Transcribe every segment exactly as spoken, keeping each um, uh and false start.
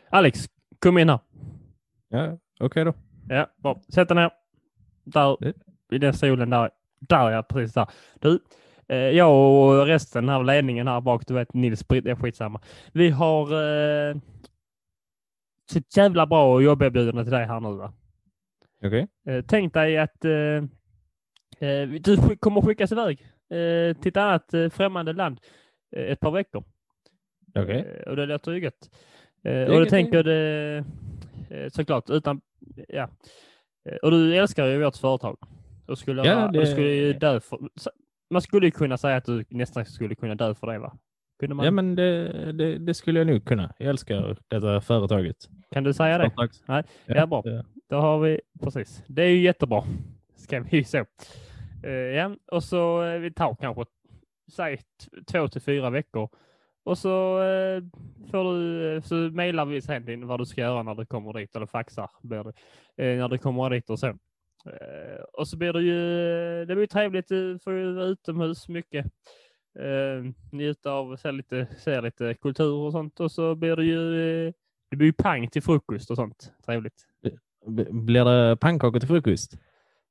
Alex, kom in här. Ja, okej okay då. Ja, bra. Sätt den här. Där, det. i den stolen där. Där, ja, precis där. Du, eh, jag och resten av ledningen här bak, du vet, Nils Britt är skitsamma. Vi har eh, så jävla bra och jobberbjudande till dig här nu, va? Okej. Okay. Eh, tänk dig att eh, eh, du kommer skickas iväg eh, till ett annat eh, främmande land eh, ett par veckor. Okej. Okay. Eh, och det låter ju gött. Eh, och då tänker det eh, såklart utan, ja. Och du älskar ju vårt företag. Och skulle, ja, det... du skulle ju dö för, man skulle ju kunna säga att du nästan skulle kunna dö för det, va? Kunde man... Ja, men det, det, det skulle jag nog kunna. Jag älskar detta företaget. Kan du säga det? Tack. Nej, ja, ja, bra. Ja. Då har vi, precis. Det är ju jättebra. Ska vi ju så. Uh, ja, och så uh, vi tar kanske, säg t- två till fyra veckor. Och så uh, får du, så mejlar vi sen in vad du ska göra när du kommer dit, eller faxar blir det, uh, när du kommer dit och så. Uh, och så blir det ju, det blir trevligt, uh, för att vara utomhus mycket. Uh, njuta av, se lite, se lite kultur och sånt. Och så blir det ju, uh, det blir ju pang till frukost och sånt. Trevligt. B- blir det pannkakor till frukost?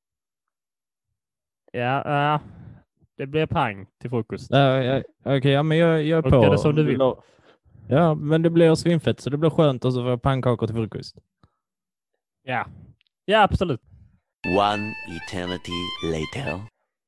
Ja, ja. Det blir pang till frukost. Ja, ja, okej, okay, ja, men jag, jag är på. Och det som du vill. Ja, men det blir svinfett, så det blir skönt, och så får jag pannkakor till frukost. Ja, ja, absolut. One eternity later.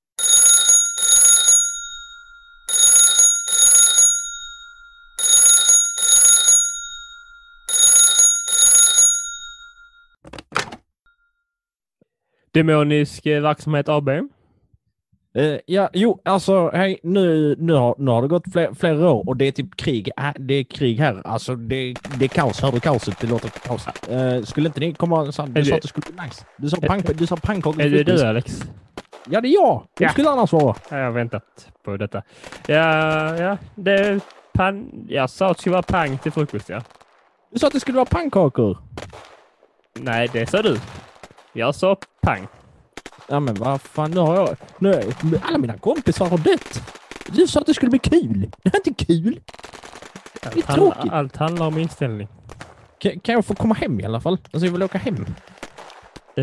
Demonisk verksamhet A B. Uh, ja, jo, alltså hej, nu, nu, har, nu har det gått fler, flera år och det är typ krig. Äh, det är krig här. Alltså det, det är kaos. Hör du kaoset? Det låter kaos. Uh, skulle inte ni komma så, du sa att det skulle bli nice. Du sa, pank, du sa pannkakor. Är det du, Alex? Ja, det är jag. Hur ja. skulle annars vara? Jag har väntat på detta. Ja, ja, det är pan... Jag sa att det skulle vara pang till frukost, ja. Du sa att det skulle vara pannkakor. Nej, det sa du. Jag sa pang. Ja, men vad fan, nu har jag... Nu, alla mina kompisar har dött. Du sa att det skulle bli kul. Det är inte kul. Allt, det är handla, tråkigt. Allt handlar om inställning. Kan, kan jag få komma hem i alla fall? Alltså, jag vill åka hem. Uh,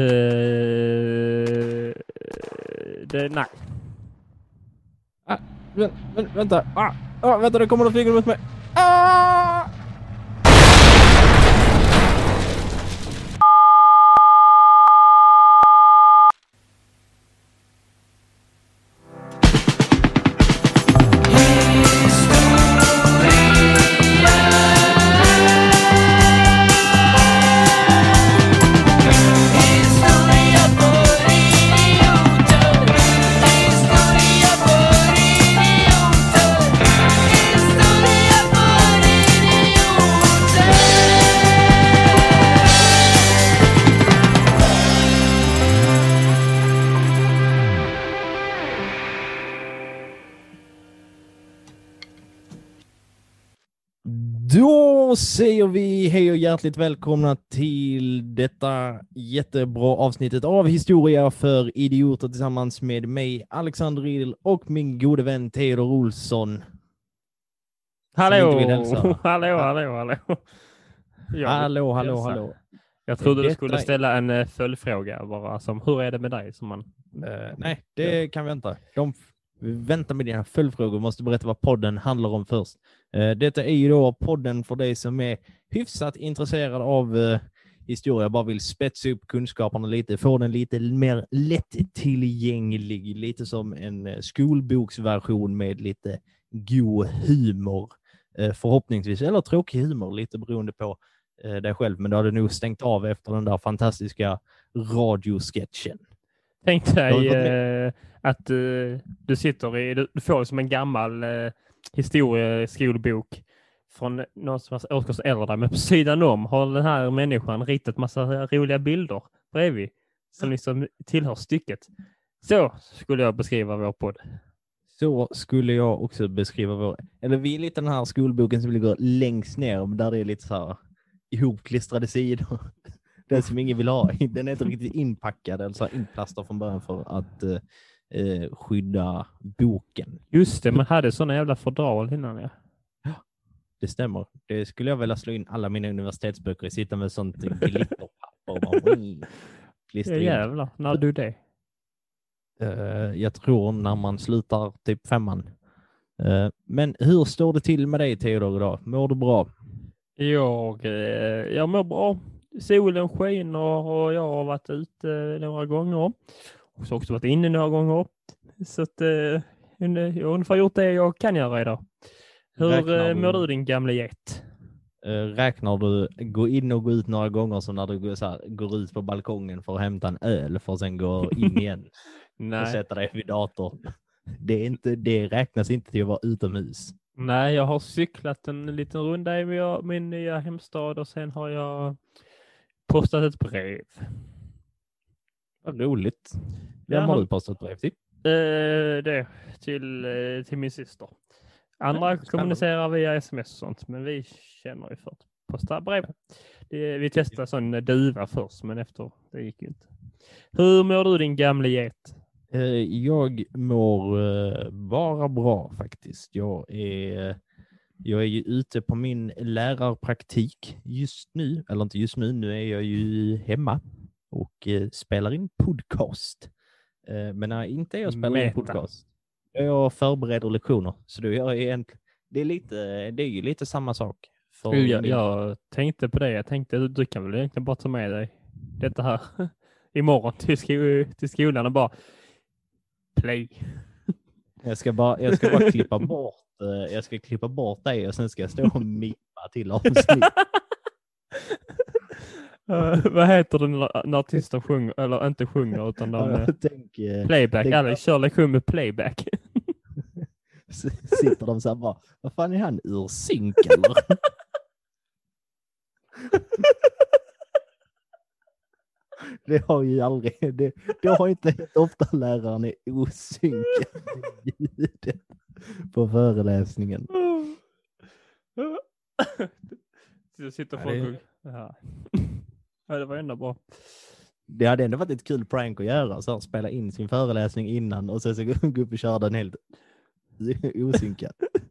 det, nej. Ah, vä, vä, vänta. Ah, ah, vänta, det kommer att flyga mot mig. Ah! Då säger vi hej och hjärtligt välkomna till detta jättebra avsnittet av Historia för idioter tillsammans med mig, Alexander Riedel, och min gode vän Theodor Olsson. Hallå, hallå, hallå, hallå. Jag hallå, hallå, hallå. Jag trodde du skulle ställa en uh, följdfråga bara, som hur är det med dig? Som man... Uh, nej, det ja. kan vi vänta. De vänta med dina följdfrågor, måste berätta vad podden handlar om först. Uh, detta är ju då podden för dig som är hyfsat intresserad av uh, historia, bara vill spetsa upp kunskaperna lite, få den lite mer lättillgänglig, lite som en uh, skolboksversion med lite god humor, uh, förhoppningsvis, eller tråkig humor, lite beroende på uh, dig själv, men då har du nog stängt av efter den där fantastiska radiosketchen. Tänk dig uh, att uh, du sitter i, du, du får som en gammal uh, historieskolbok från någon som är årskurs äldre, men på sidan om har den här människan ritat massa roliga bilder bredvid som liksom tillhör stycket. Så skulle jag beskriva vår podd. Så skulle jag också beskriva vår... Eller vi är lite den här skolboken som ligger längst ner, där det är lite så här ihopklistrade sidor. Den som ingen vill ha. Den är inte riktigt inpackad eller så här inplastad från början för att eh, skydda boken. Just det, man hade såna jävla fodral innan, ja. det stämmer. Det skulle jag vilja slå in alla mina universitetsböcker i. Sitta med sånt glitterpapper och bara mm, Ja, klistra in. jävlar, när du det? Uh, jag tror när man slutar typ femman. Uh, men hur står det till med dig, Theodor, idag? Mår du bra? Jag, eh, jag mår bra. Solen skiner och jag har varit ute några gånger. Och så också varit inne några gånger. Så att eh, jag har ungefär gjort det jag kan göra idag. Hur Räknar eh, mår du- du din gamla get? Uh, räknar du gå in och gå ut några gånger som när du går, så här, går ut på balkongen för att hämta en öl för att sen gå in igen och Nej. sätta dig vid datorn? Det, är inte, det räknas inte till att vara utomhus. Nej, jag har cyklat en liten runda i min- min nya hemstad och sen har jag postat ett brev. Vad roligt. Vem Ja, har han- du postat brev till? Eh, det till, eh, till min syster. Andra Ja, spännande. kommunicerar via sms och sånt, men vi känner ju för att posta brev. Det, vi testade sån duva först, men efter det gick ju inte. Hur mår du din gamla get? Eh, Jag mår eh, bara bra faktiskt. Jag är, jag är ju ute på min lärarpraktik just nu. Eller inte just nu, nu är jag ju hemma och eh, spelar in podcast. Eh, men när jag inte är jag spelar in Meta. podcast, då är jag förbereder lektioner. Så då gör jag egentligen, det är, lite, det är ju lite samma sak. För Jag, min- jag tänkte på det. Jag tänkte du, du kan väl egentligen bara ta med dig detta här imorgon till, sko till skolan och bara play. Jag ska bara, jag ska bara klippa bort eh, jag ska klippa bort dig och sen ska jag stå och mimma till avsnitt. Uh, vad heter det när, när artister sjunger, eller inte sjunger utan de eh, Tänk, eh, playback. tänk- Alla kör lektion med playback. s- sitter de så här bara, vad fan är han ur synk eller? Det har ju aldrig, det, det har inte helt ofta läraren är osynkad med ljudet på föreläsningen. Så sitter Ja, folk det- och... Ja. Ja, det var ändå bra. Det hade ändå varit ett kul prank att göra, så här, spela in sin föreläsning innan och sen så gå upp och köra den helt osynkad.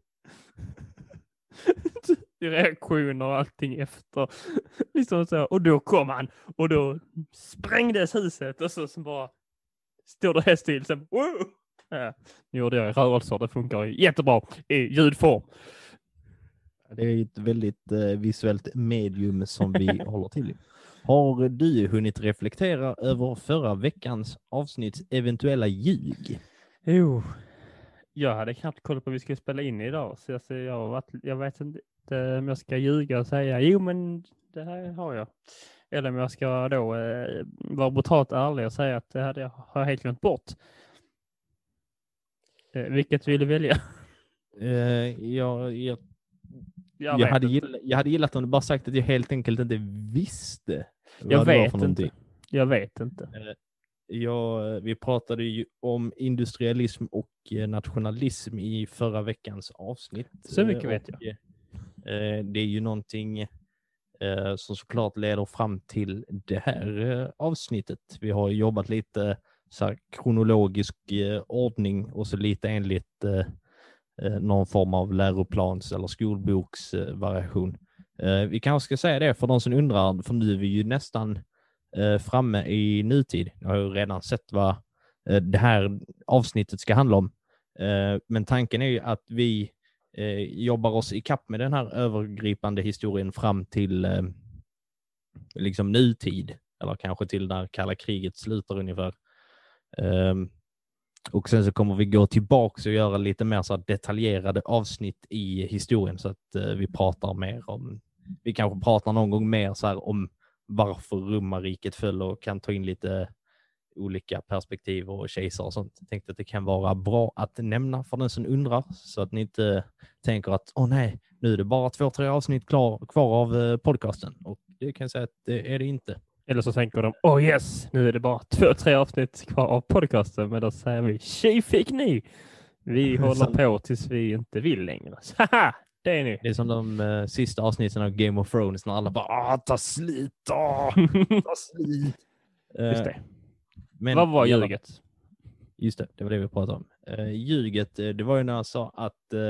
Reaktioner och allting efter. Liksom så. Och då kom han. Och då sprängdes huset. Och så, så bara stod det här still. Sen, wow! Ja, nu gjorde jag rörelser. Det funkar ju jättebra i ljudform. Det är ett väldigt eh, visuellt medium som vi håller till i. Har du hunnit reflektera över förra veckans avsnitts eventuella ljug? Jo, jag hade knappt koll på vad vi skulle spela in idag. Så jag, så jag, har varit, jag vet inte om jag ska ljuga och säga jo men det här har jag. Eller om jag ska då eh, vara brutalt ärlig och säga att det hade jag, har jag helt glömt bort. Eh, vilket vill du välja? Eh, jag, jag, Jag, jag, vet hade inte. gillat, jag hade gillat om du bara sagt att jag helt enkelt inte visste vad Jag det var vet för inte. någonting. Jag vet inte. Jag, vi pratade ju om industrialism och eh, nationalism i förra veckans avsnitt. Så mycket Eh, vet och, eh, Det är ju någonting eh, som såklart leder fram till det här eh, avsnittet. Vi har jobbat lite så här, kronologisk eh, ordning och så lite enligt eh, eh, någon form av läroplans- eller skolboksvariation. Eh, vi kanske ska säga det för de som undrar, för nu är vi ju nästan eh, framme i nutid. Jag har ju redan sett vad eh, det här avsnittet ska handla om. Eh, men tanken är ju att vi eh, jobbar oss i kapp med den här övergripande historien fram till eh, liksom nutid. Eller kanske till när kalla kriget slutar ungefär. Um, och sen så kommer vi gå tillbaka och göra lite mer så här detaljerade avsnitt i historien så att uh, vi pratar mer om, vi kanske pratar någon gång mer så här om varför romarriket föll och kan ta in lite olika perspektiv och kejsar och sånt. Jag tänkte att det kan vara bra att nämna för den som undrar så att ni inte tänker att åh nej, nu är det bara två, tre avsnitt klar, kvar av uh, podcasten. Och det kan jag säga att det är det inte. Eller så tänker de, oh yes, nu är det bara två, tre avsnitt kvar av podcasten. Men då säger vi, tjej fick ni! Vi håller på tills vi inte vill längre. Haha, det är ni. Det är som de uh, sista avsnitten av Game of Thrones när alla bara ah, ta slut, ah, ta slut. Uh, Just det. Men, Vad var ja, ljuget? Just det, det var det vi pratade om. Uh, ljuget, uh, det var ju när jag sa att uh,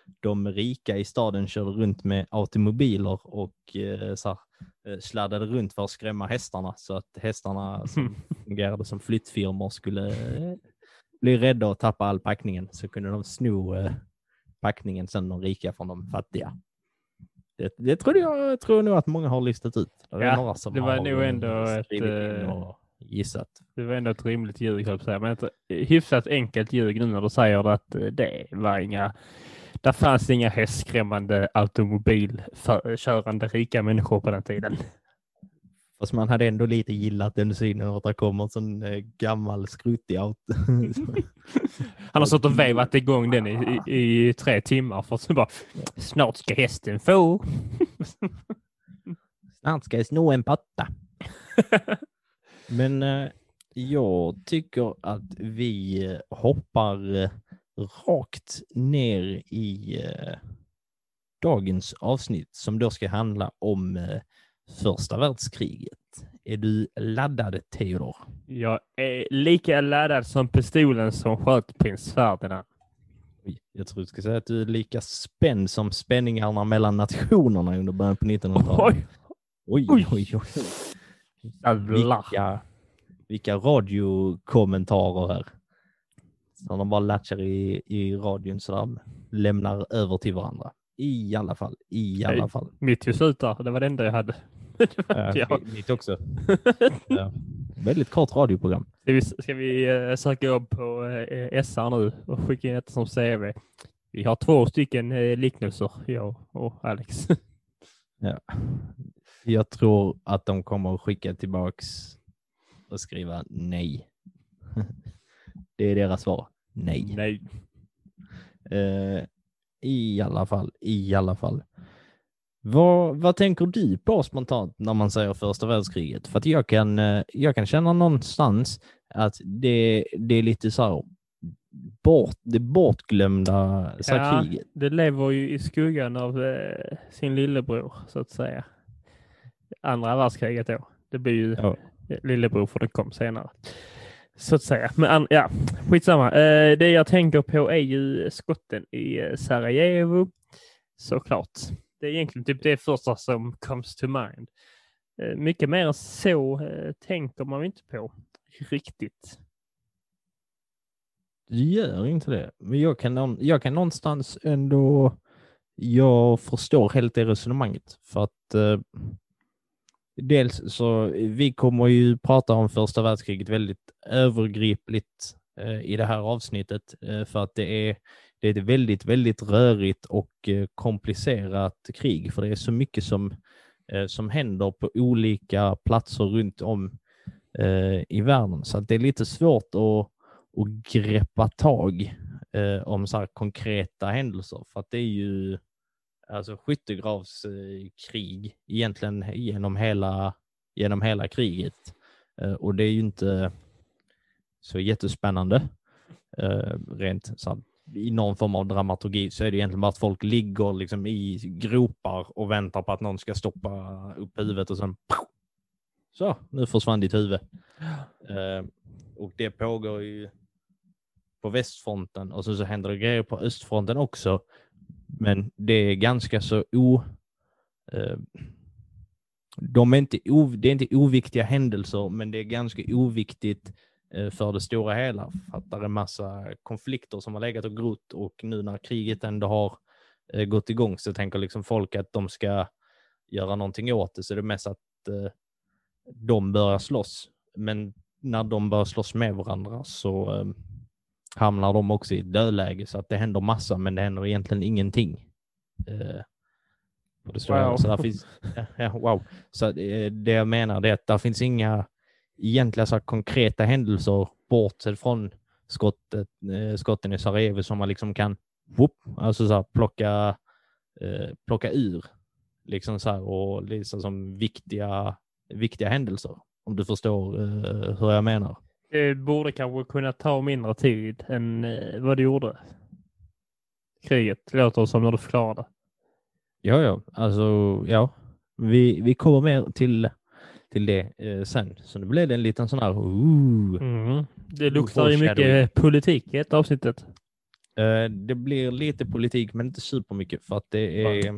de rika i staden körde runt med automobiler och eh, så här, eh, sladdade runt för att skrämma hästarna så att hästarna som fungerade som flyttfirmor skulle eh, bli rädda och tappa all packningen, så kunde de sno eh, packningen sen de rika från de fattiga. Det, det tror jag tror nog att många har listat ut. Det, ja, några som det var har, nog ändå ett, och gissat. Det var ändå ett rimligt ljug, jag säga. Men ett hyfsat enkelt ljug nu när du säger att det var inga, där fanns inga hästskrämmande automobilkörande rika människor på den tiden. Fast man hade ändå lite gillat den synen att det kommer en sån eh, gammal skruttig auto. Han har stått och vevat igång den i, i, i tre timmar för att så bara, snart ska hästen få. Snart ska jag sno en patta. Men eh, jag tycker att vi hoppar eh, rakt ner i eh, dagens avsnitt som då ska handla om eh, första världskriget. Är du laddad, Theodor? Jag är lika laddad som pistolen som sköt prins Ferdinand. Jag tror du ska säga att du är lika spänd som spänningarna mellan nationerna under början på nittonhundratalet. Oj! Oj, oj, oj. Vilka, vilka radiokommentarer här. Så de bara latchar i, i radion så de lämnar över till varandra. I alla fall, i alla fall. Mitt ju slutar, det var det enda jag hade. Ja, jag. Mitt också. Ja. Väldigt kort radioprogram. Ska vi, ska vi uh, söka upp på uh, S R nu och skicka in det som C V? Vi har två stycken uh, liknelser, jag och Alex. Ja. Jag tror att de kommer att skicka tillbaks och skriva nej. Det är deras svar. Nej. Nej. Uh, I alla fall, i alla fall. Vad, vad tänker du på spontant när man säger första världskriget? För att jag kan, jag kan känna någonstans att det, det är lite så här bort, det bortglömda så här, ja, kriget. Det lever ju i skuggan av eh, sin lillebror, så att säga. Andra världskriget då. Det blir ju ja. lillebror, för det kom senare. Så att säga. Men ja, skitsamma. Eh, det jag tänker på är ju skotten i Sarajevo. Såklart. Det är egentligen typ det första som comes to mind. Eh, mycket mer så eh, tänker man inte på riktigt. Det gör inte det. Men jag kan, jag kan någonstans ändå... Jag förstår helt det resonemanget. För att... Eh, dels så... Vi kommer ju prata om första världskriget väldigt övergripligt eh, i det här avsnittet. Eh, för att det är... Det är ett väldigt, väldigt rörigt och eh, komplicerat krig. För det är så mycket som, eh, som händer på olika platser runt om eh, i världen. Så att det är lite svårt att, att greppa tag eh, om så här konkreta händelser. För att det är ju alltså skyttegravskrig eh, egentligen genom hela, genom hela kriget. Eh, och det är ju inte så jättespännande. Eh, rent så här, i någon form av dramaturgi så är det egentligen bara att folk ligger liksom i gropar och väntar på att någon ska stoppa upp huvudet och sen så, nu försvann ditt huvud. Uh, och det pågår ju på västfronten och så, så händer det grejer på östfronten också, men det är ganska så o uh, de är inte o, det är inte oviktiga händelser, men det är ganska oviktigt för det stora hela. För att det är en massa konflikter som har legat och grott, och nu när kriget ändå har eh, gått igång så tänker liksom folk att de ska göra någonting åt det, så det är mest att eh, de börjar slåss. Men när de börjar slåss med varandra så eh, hamnar de också i ett dödläge, så att det händer massa, men det händer egentligen ingenting. Eh, på det stora wow. Så där finns, ja, ja, wow. Så eh, det jag menar är att där finns inga egentligen så konkreta händelser bortsett från skottet, eh, skotten i Sarajevo som man liksom kan whoop, alltså så här, plocka, eh, plocka ur liksom så här, och liksom som viktiga, viktiga händelser, om du förstår eh, hur jag menar. Det borde kanske kunna ta mindre tid än eh, vad det gjorde. Kriget låter som när du förklarade. Ja, ja. Alltså, ja. Vi, vi kommer mer till till det eh, sen. Så nu blev det en liten sån här... Uh, mm. Det luktar ju mycket politik i ett avsnittet. Uh, det blir lite politik, men inte supermycket för att det är...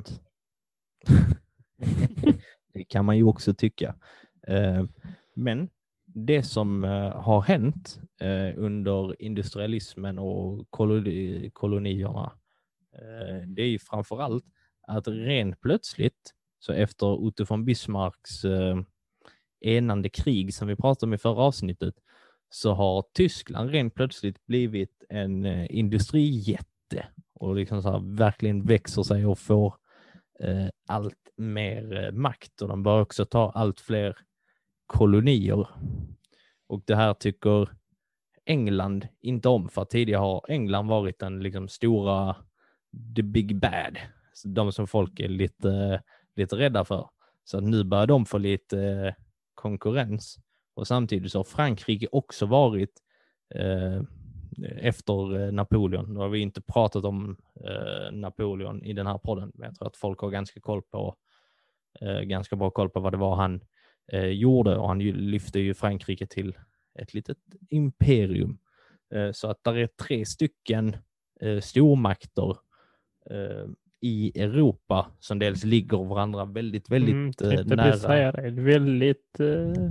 Det kan man ju också tycka. Uh, men det som uh, har hänt uh, under industrialismen och koloni- kolonierna, uh, det är ju framförallt att rent plötsligt, så efter Otto von Bismarcks uh, enande krig som vi pratade om i förra avsnittet, så har Tyskland rent plötsligt blivit en uh, industrijätte och liksom så här verkligen växer sig och får uh, allt mer uh, makt, och de bör också ta allt fler kolonier. Och det här tycker England inte om, för tidigare har England varit den liksom stora the big bad, de som folk är lite, lite rädda för. Så att nu börjar de få lite uh, konkurrens. Och samtidigt så har Frankrike också varit eh, efter Napoleon. Nu har vi inte pratat om eh, Napoleon i den här podden, men jag tror att folk har ganska koll på eh, ganska bra koll på vad det var han eh, gjorde, och han lyfte ju Frankrike till ett litet imperium. Eh, så att där är tre stycken eh, stormakter eh, i Europa som dels ligger varandra väldigt, väldigt mm, eh, nära. Säga det. Väldigt eh...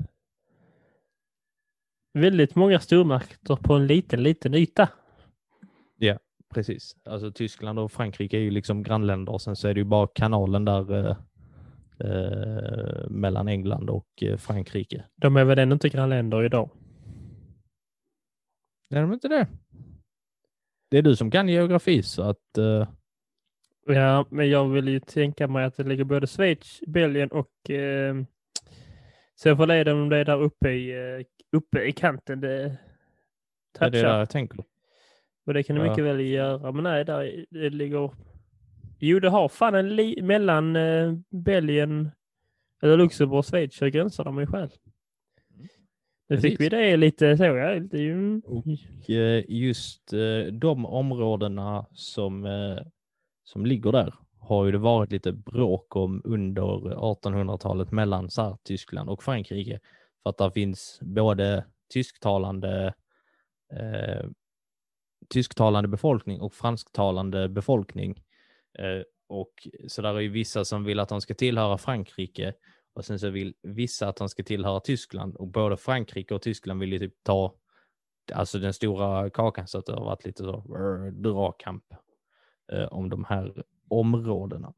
väldigt många stormakter på en liten, liten yta. Ja, precis. Alltså Tyskland och Frankrike är ju liksom grannländer, och sen så är det ju bara kanalen där eh, eh, mellan England och eh, Frankrike. De är väl ändå inte grannländer idag? Är de inte det? Det är du som kan geografi, så att... Eh... Ja, men jag vill ju tänka mig att det ligger både Schweiz, Belgien och... Eh... Så får det om det är där uppe i... Eh... uppe i kanten, det touchar. Det är där jag tänker. Och det kan du ja. mycket väl göra. Men nej, där det ligger... Jo, det har fan en li... mellan eh, Belgien eller Luxemburg och Schweiz och gränser de ju själv. Nu fick vi det lite så, ja. Det är ju... Och eh, just eh, de områdena som, eh, som ligger där har ju det varit lite bråk om under artonhundratalet mellan så här, Tyskland och Frankrike. För att det finns både tysktalande, eh, tysktalande befolkning och fransktalande befolkning. Eh, och så där är ju vissa som vill att de ska tillhöra Frankrike, och sen så vill vissa att de ska tillhöra Tyskland. Och både Frankrike och Tyskland vill ju typ ta alltså den stora kakan, så att det har varit lite så rrr, dragkamp eh, om de här områdena.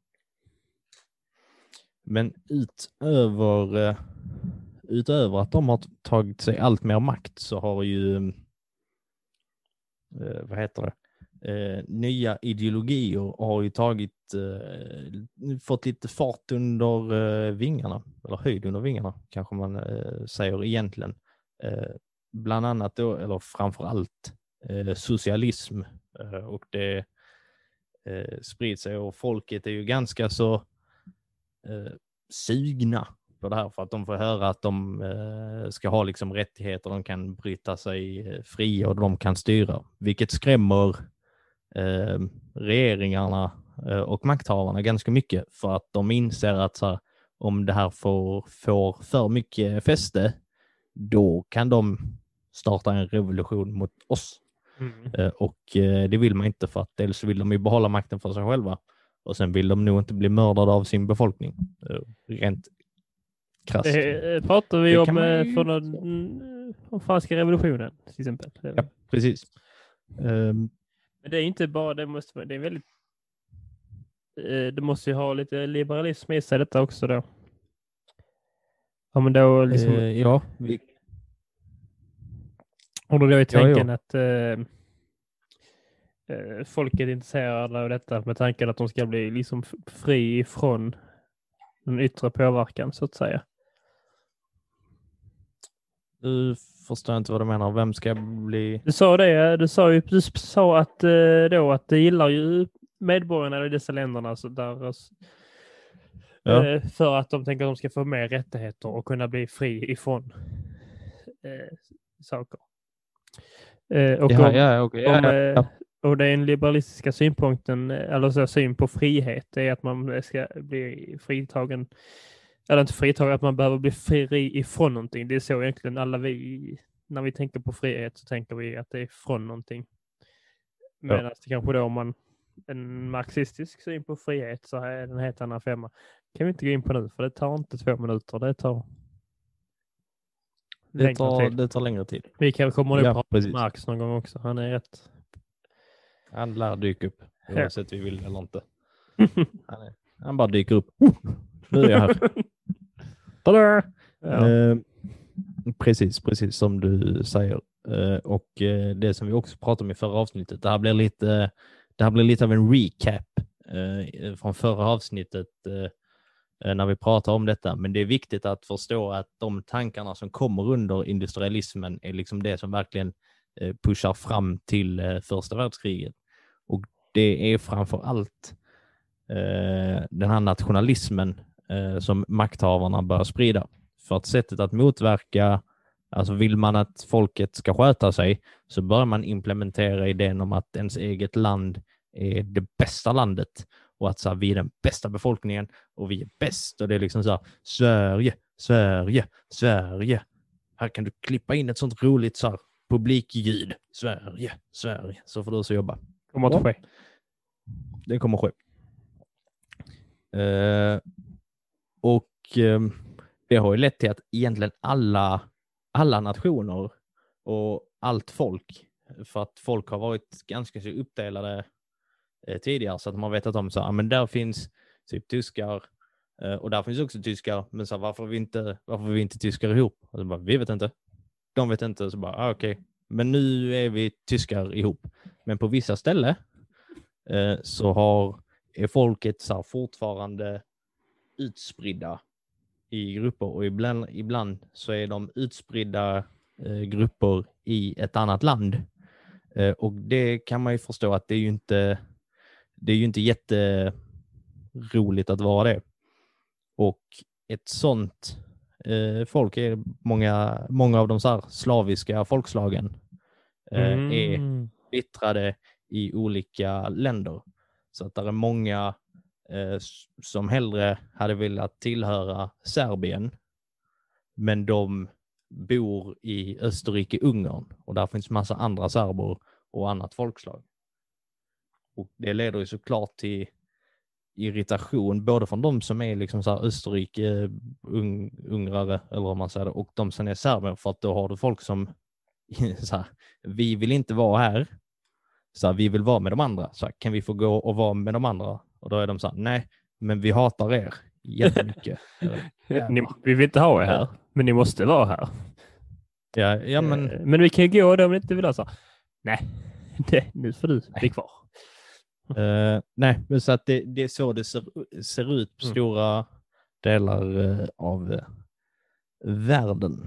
Men utöver... Eh, Utöver att de har tagit sig allt mer makt, så har ju eh, vad heter det eh, nya ideologier har ju tagit eh, fått lite fart under eh, vingarna, eller höjd under vingarna kanske man eh, säger egentligen. Eh, bland annat då, eller framförallt eh, socialism, eh, och det eh, sprids sig, och folket är ju ganska så eh, sugna på det här, för att de får höra att de eh, ska ha liksom rättigheter, de kan bryta sig eh, fria och de kan styra, vilket skrämmer eh, regeringarna eh, och makthavarna ganska mycket, för att de inser att så här, om det här får, får för mycket fäste, då kan de starta en revolution mot oss. Mm. Eh, och eh, det vill man inte, för att dels vill de ju behålla makten för sig själva, och sen vill de nog inte bli mördade av sin befolkning. Eh, rent krasst. Det pratar vi det om ju... för den, om franska revolutionen till exempel. Ja, precis. Um... Men det är inte bara, det måste det är väldigt det måste ju ha lite liberalism i sig detta också då. Ja, men då liksom uh, ja, vi... och då är ju tanken ja, ja. att uh, uh, folket är intresserade av detta med tanken att de ska bli liksom fri ifrån den yttre påverkan, så att säga. Du förstår inte vad du menar. Vem ska bli... Du sa det. Du sa ju du sa att då att det gillar ju medborgarna i dessa länderna så där, ja. För att de tänker att de ska få mer rättigheter och kunna bli fri ifrån eh, saker. Eh, och ja, om, ja, okay. ja, om, ja, ja. Och den liberalistiska synpunkten, eller så syn på frihet, är att man ska bli fritagen, eller inte fritagen, att man behöver bli fri ifrån någonting. Det är så egentligen alla vi, när vi tänker på frihet så tänker vi att det är från någonting. Medan det kanske då om man en marxistisk syn på frihet så är den helt annan femma. Kan vi inte gå in på nu för det tar inte två minuter. Det tar det längre tar, tid. det tar längre tid. Vi kan komma upp Ja, på precis. Marx någon gång också. Han är rätt. Han lär dyka upp. Ja. Oavsett vi vill eller inte. Han, är, han bara dyker upp. Nu är jag här. Tada! Ja. Eh, precis, precis som du säger. Eh, och eh, det som vi också pratade om i förra avsnittet. Det här blir lite, det här blir lite av en recap eh, från förra avsnittet eh, när vi pratar om detta. Men det är viktigt att förstå att de tankarna som kommer under industrialismen är liksom det som verkligen eh, pushar fram till eh, första världskriget. Och det är framför allt eh, den här nationalismen eh, som makthavarna bör sprida. För att sättet att motverka, alltså vill man att folket ska sköta sig så bör man implementera idén om att ens eget land är det bästa landet och att så här, vi är den bästa befolkningen och vi är bäst och det är liksom så här, Sverige, Sverige, Sverige. Här kan du klippa in ett sånt roligt så här, publikljud. Sverige, Sverige. Så får du också jobba. Kommer inte ske. Det kommer ske. Uh, och um, det har ju lett till att egentligen alla, alla nationer och allt folk, för att folk har varit ganska så uppdelade eh, tidigare så att man har vetat om så här, men där finns typ tyskar eh, och där finns också tyskar, men så här, varför vi inte varför vi inte tyskar ihop? Och så bara, vi vet inte. De vet inte, så bara, ah, okej. Okay. Men nu är vi tyskar ihop. Men på vissa ställen eh, så har är folket så här, fortfarande utspridda i grupper och ibland, ibland så är de utspridda eh, grupper i ett annat land. Eh, och det kan man ju förstå att det är ju inte det är ju inte jätteroligt att vara det. Och ett sånt eh, folk är många, många av de så här slaviska folkslagen eh, Mm. är splittrade i olika länder. Så att det är många eh, som hellre hade velat tillhöra Serbien, men de bor i Österrike-Ungern och där finns massa andra serber och annat folkslag. Och det leder ju såklart till irritation både från de som är liksom så här Österrike-ungrare eller om man säger det, och de som är serber, för att då har du folk som så här, vi vill inte vara här. Så här, vi vill vara med de andra. Så här, kan vi få gå och vara med de andra? Och då är de så här, nej, men vi hatar er jättemycket. Ni, vi vill inte ha er här, men ni måste vara här. Ja, ja men... men vi kan ju gå då om ni inte vill ha så. Nej, det, nu får du bli kvar. Uh, nej, men så att det, det är så det ser, ser ut på Mm. stora delar uh, av uh, världen.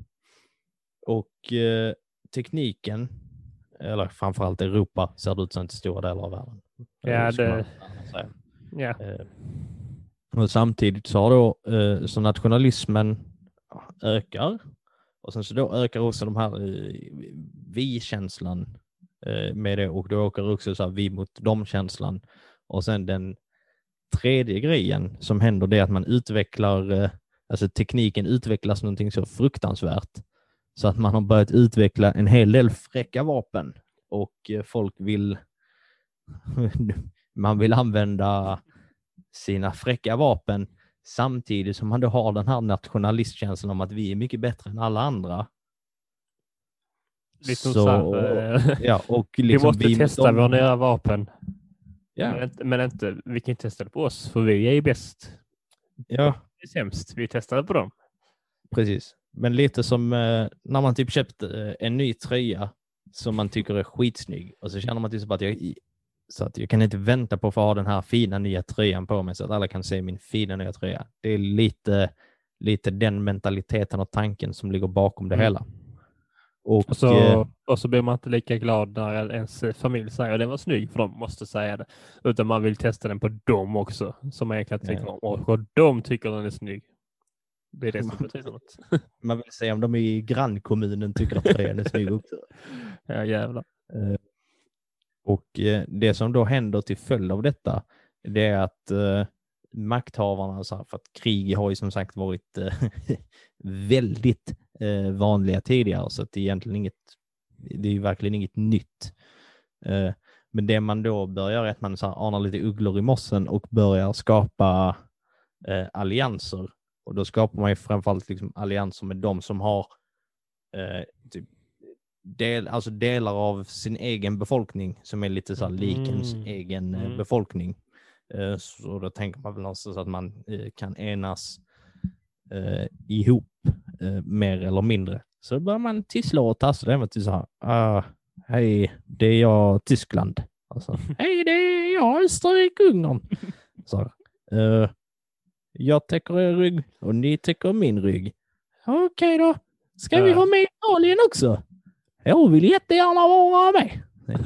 Och uh, tekniken, eller framförallt Europa, ser det ut som till stora delar av världen. Ja, uh, det... säga. Ja. Uh, och samtidigt så har då uh, så nationalismen ökar. Och sen så då ökar också de här uh, vi-känslan med det, och då åker också så här, vi mot dem-känslan. Och sen den tredje grejen som händer, det är att man utvecklar, alltså tekniken utvecklas någonting så fruktansvärt så att man har börjat utveckla en hel del fräcka vapen och folk vill man vill använda sina fräcka vapen samtidigt som man då har den här nationalistkänslan om att vi är mycket bättre än alla andra. Lite så, så här, ja, och liksom vi måste vi testa de, våra nya vapen. ja. Men, inte, men inte, vi kan inte testa det på oss, för vi är ju bäst. Ja, Det är sämst. Vi testade på dem. precis. Men lite som eh, när man typ köpt eh, en ny tröja som man tycker är skitsnygg och så känner man typ att jag, så att jag kan inte vänta på att få ha den här fina nya tröjan på mig så att alla kan se min fina nya tröja. Det är lite, lite den mentaliteten och tanken som ligger bakom det Mm. hela. Och, Och så, eh, och så blir man inte lika glad när ens familj säger att den var snygg, för de måste säga det. Utan man vill testa den på dem också, som egentligen tycker om. Och de tycker den är snygg. Det är det som betyder något. man vill säga om de i grannkommunen tycker att tröjan är snygg också. Ja, jävlar. Eh, och eh, det som då händer till följd av detta, det är att eh, makthavarna, så här, för att krig har ju som sagt varit eh, väldigt eh, vanliga tidigare, så att det är egentligen inget, det är ju verkligen inget nytt. Eh, Men det man då bör göra är att man så här anar lite ugglor i mossen och börjar skapa eh, allianser. Och då skapar man ju framförallt liksom allianser med de som har eh, typ del, alltså delar av sin egen befolkning som är lite så här lik ens Mm. egen eh, Mm. befolkning. Eh, så då tänker man väl någonstans att man eh, kan enas eh, ihop eh, mer eller mindre. Så då börjar man tissla och tassla. Det är till så här, ah, hej, det är jag Tyskland. Alltså, hej, det är jag Österrike-Ungern. Så, eh, jag täcker er rygg och ni täcker min rygg. Okej då. Ska vi Ja. ha med Italien också? Jag vill jättegärna vara med.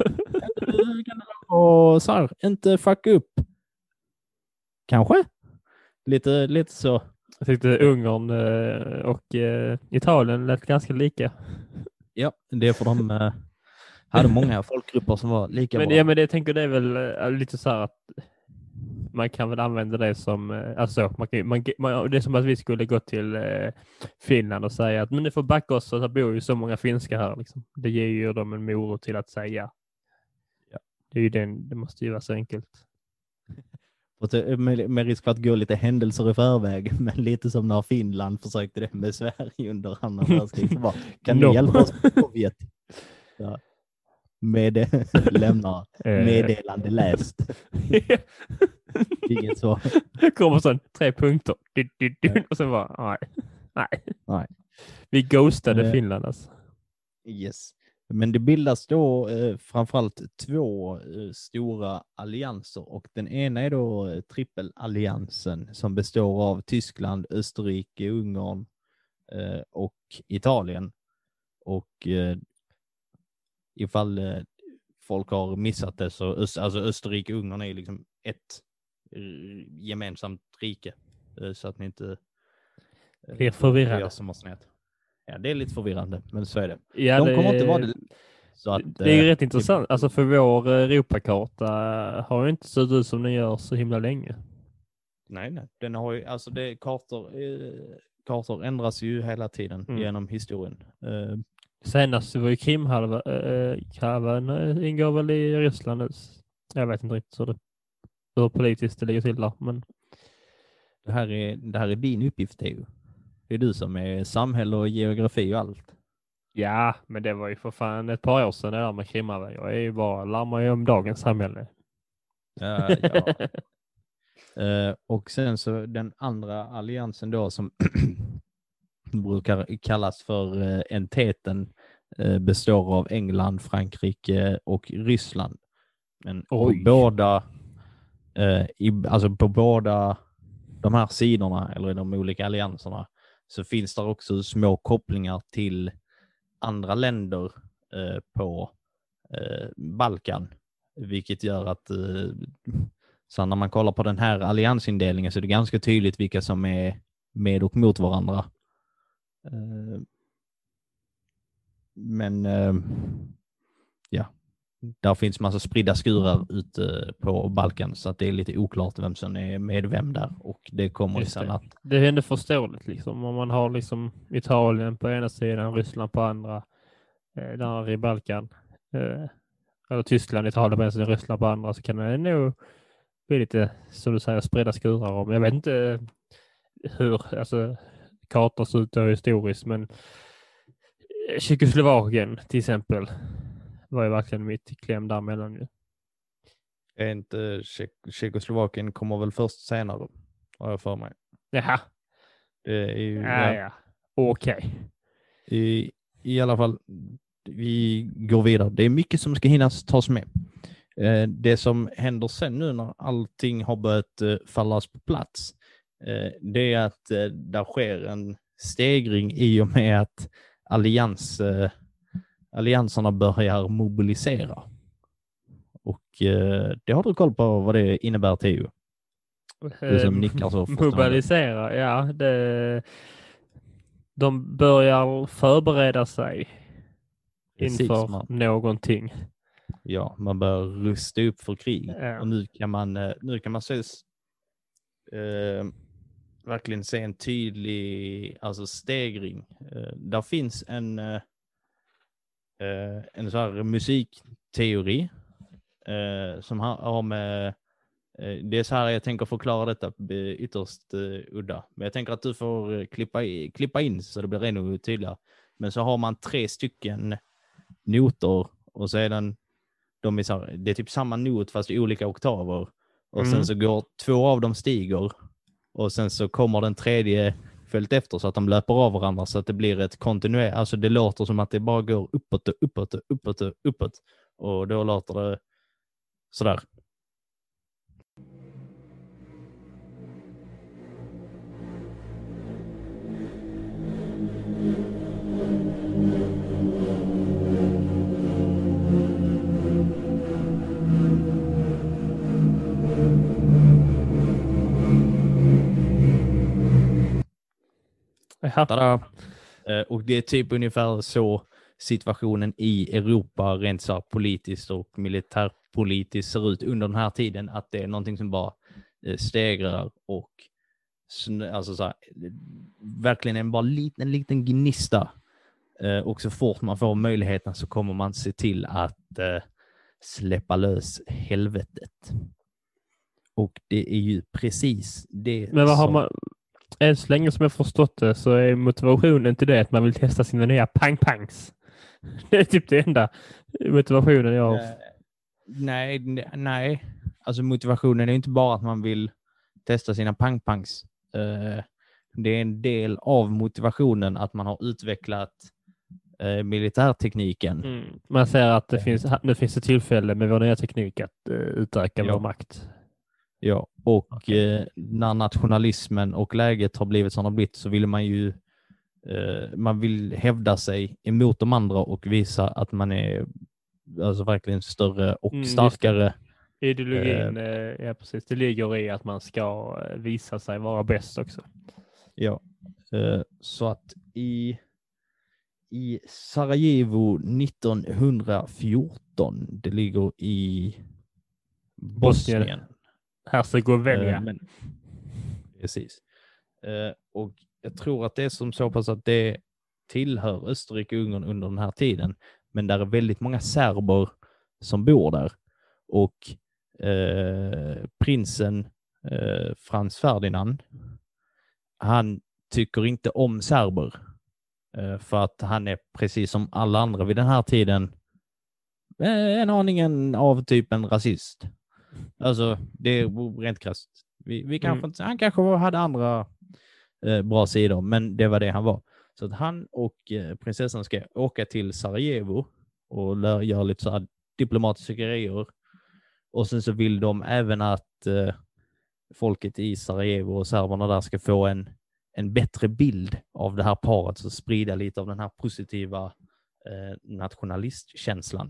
Och så här, inte fucka upp. Kanske? Lite, lite så. Jag tyckte Ungern eh, och eh, Italien lät ganska lika. Ja, det är för de eh, hade många folkgrupper som var lika Men, bra. ja, men det jag tänker det är väl eh, lite så här att man kan väl använda det som, eh, alltså man kan, man, man, det är som att vi skulle gå till eh, Finland och säga att men ni får backa oss så att det bor ju så många finska här. Liksom. Det ger ju dem en morot till att säga. Ja. Det är ju den, det måste ju vara så enkelt. Och det, med, med risk för att gå lite händelser i förväg, men lite som när Finland försökte det med Sverige under andra världskriget. Bara, kan No. ni hjälpa oss med Sovjet? Ja. Med det lämnar meddelande läst. Inget så. Kommer sen tre punkter. Du, du, du. Och sen bara, nej. Nej. Nej. Vi ghostade Eh. Finland alltså. Yes. Men det bildas då eh, framförallt två eh, stora allianser och den ena är då eh, trippelalliansen som består av Tyskland, Österrike, Ungern eh, och Italien. Och eh, ifall eh, folk har missat det så Öst, alltså Österrike och Ungern är liksom ett eh, gemensamt rike eh, så att ni inte eh, Blir förvirrade. gör som oss nät. Ja, det är lite förvirrande, men så är det. Ja, De det, kommer inte vara det. Så att, det är ju eh, rätt intressant. Alltså för vår Europakarta har ju inte sett ut som den gör så himla länge. Nej, nej. Den har ju, alltså det kartor, eh, kartor ändras ju hela tiden Mm. genom historien. Eh, Senast var ju Krimhalvön äh, äh, ingår väl i Ryssland nu. Jag vet inte riktigt hur, det, hur politiskt det ligger till där. Men... det, här är, det här är din uppgift, Theo. Det är du som är samhälle och geografi och allt. Ja, men det var ju för fan ett par år sedan det där med Krimhalvön. Jag är ju bara, lär mig ju om dagens samhälle. Ja, ja. eh, och sen så den andra alliansen då som brukar kallas för eh, enteten eh, består av England, Frankrike och Ryssland. Men på Oj. båda eh, i, alltså på båda de här sidorna eller i de olika allianserna så finns det också små kopplingar till andra länder eh, på eh, Balkan, vilket gör att eh, så när man kollar på den här alliansindelningen så är det ganska tydligt vilka som är med och mot varandra. Eh, men eh, ja, där finns massa spridda skurar ute på Balkan så att det är lite oklart vem som är med vem där och det kommer ju sen att... Det är ändå förståeligt liksom om man har liksom Italien på ena sidan, Ryssland på andra, eh, där i Balkan. Eh, eller Tyskland, Italien på ena sidan, Ryssland på andra så kan det nog bli lite, som du säger, spridda skurar om. Jag vet inte hur alltså, kartor ser ut där historiskt men Tjeckoslovakien till exempel var ju verkligen mitt kläm där mellan ju. Är inte Tjeck- Tjeckoslovakien kommer väl först senare, har jag för mig. Jaha. Det är ju... Ja, ja. Okej. I, I alla fall, vi går vidare. Det är mycket som ska hinnas tas med. Eh, det som händer sen nu när allting har börjat eh, fallas på plats, eh, det är att eh, där sker en stegring i och med att allians, eh, allianserna börjar mobilisera. Och eh, det har du koll på vad det innebär, Theo? Du som nickar så fort. Mobilisera, ja. Det, de börjar förbereda sig Precis, inför man. någonting. Ja, man bör rusta upp för krig. Ja. Och nu kan man, eh, nu kan man se, eh, verkligen se en tydlig alltså stegring. Eh, där finns en, eh, en så här musikteori eh, som har, har med... Eh, det är så här jag tänker förklara detta eh, ytterst eh, udda. Men jag tänker att du får eh, klippa, i, klippa in så det blir ännu tydligare. Men så har man tre stycken noter och så är den, de är så här, det är typ samma not fast i olika oktaver. Och Mm. sen så går två av dem stiger och sen så kommer den tredje följt efter så att de löper av varandra så att det blir ett kontinuerligt, alltså det låter som att det bara går uppåt och uppåt och uppåt och uppåt och då låter det sådär. Jaha. Tada. Eh, och det är typ ungefär så situationen i Europa rent så här politiskt och militärpolitiskt ser ut under den här tiden, att det är någonting som bara eh, stegrar och sn- alltså så här, verkligen en bara liten, liten gnista. Eh, och så fort man får möjligheten så kommer man se till att eh, släppa lös helvetet. Och det är ju precis det. Men vad har som... man... Än så länge som jag förstått det så är motivationen till det att man vill testa sina nya pang-pangs. Det är typ det enda motivationen jag har. Nej, nej, nej. Alltså motivationen är inte bara att man vill testa sina pang-pangs. Uh, det är en del av motivationen att man har utvecklat uh, militärtekniken. Mm. Man säger att det finns, nu finns det tillfälle med vår nya teknik att uh, utöka Ja. vår makt. Ja, och Okay. eh, när nationalismen och läget har blivit som det har blivit så vill man ju eh, man vill hävda sig emot de andra och visa att man är alltså verkligen större och Mm, starkare. Ideologin, eh, ja precis, det ligger i att man ska visa sig vara bäst också. Ja, eh, så att i i Sarajevo nittonhundrafjorton, det ligger i Bosnien. Bosnien. Hercegovina. Eh, men, precis. Eh, och jag tror att det är som så pass att det tillhör Österrike och Ungern under den här tiden. Men där är väldigt många serber som bor där. Och eh, prinsen eh, Frans Ferdinand, han tycker inte om serber. Eh, för att han är precis som alla andra vid den här tiden eh, en aningen av typ en rasist. Alltså, det är rent krasst. Vi, vi kanske Mm. inte, han kanske hade andra eh, bra sidor, men det var det han var. Så att han och eh, prinsessan ska åka till Sarajevo och lär, göra lite så här diplomatiska grejer. Och sen så vill de även att eh, folket i Sarajevo och serberna där ska få en, en bättre bild av det här paret, så sprida lite av den här positiva eh, nationalistkänslan.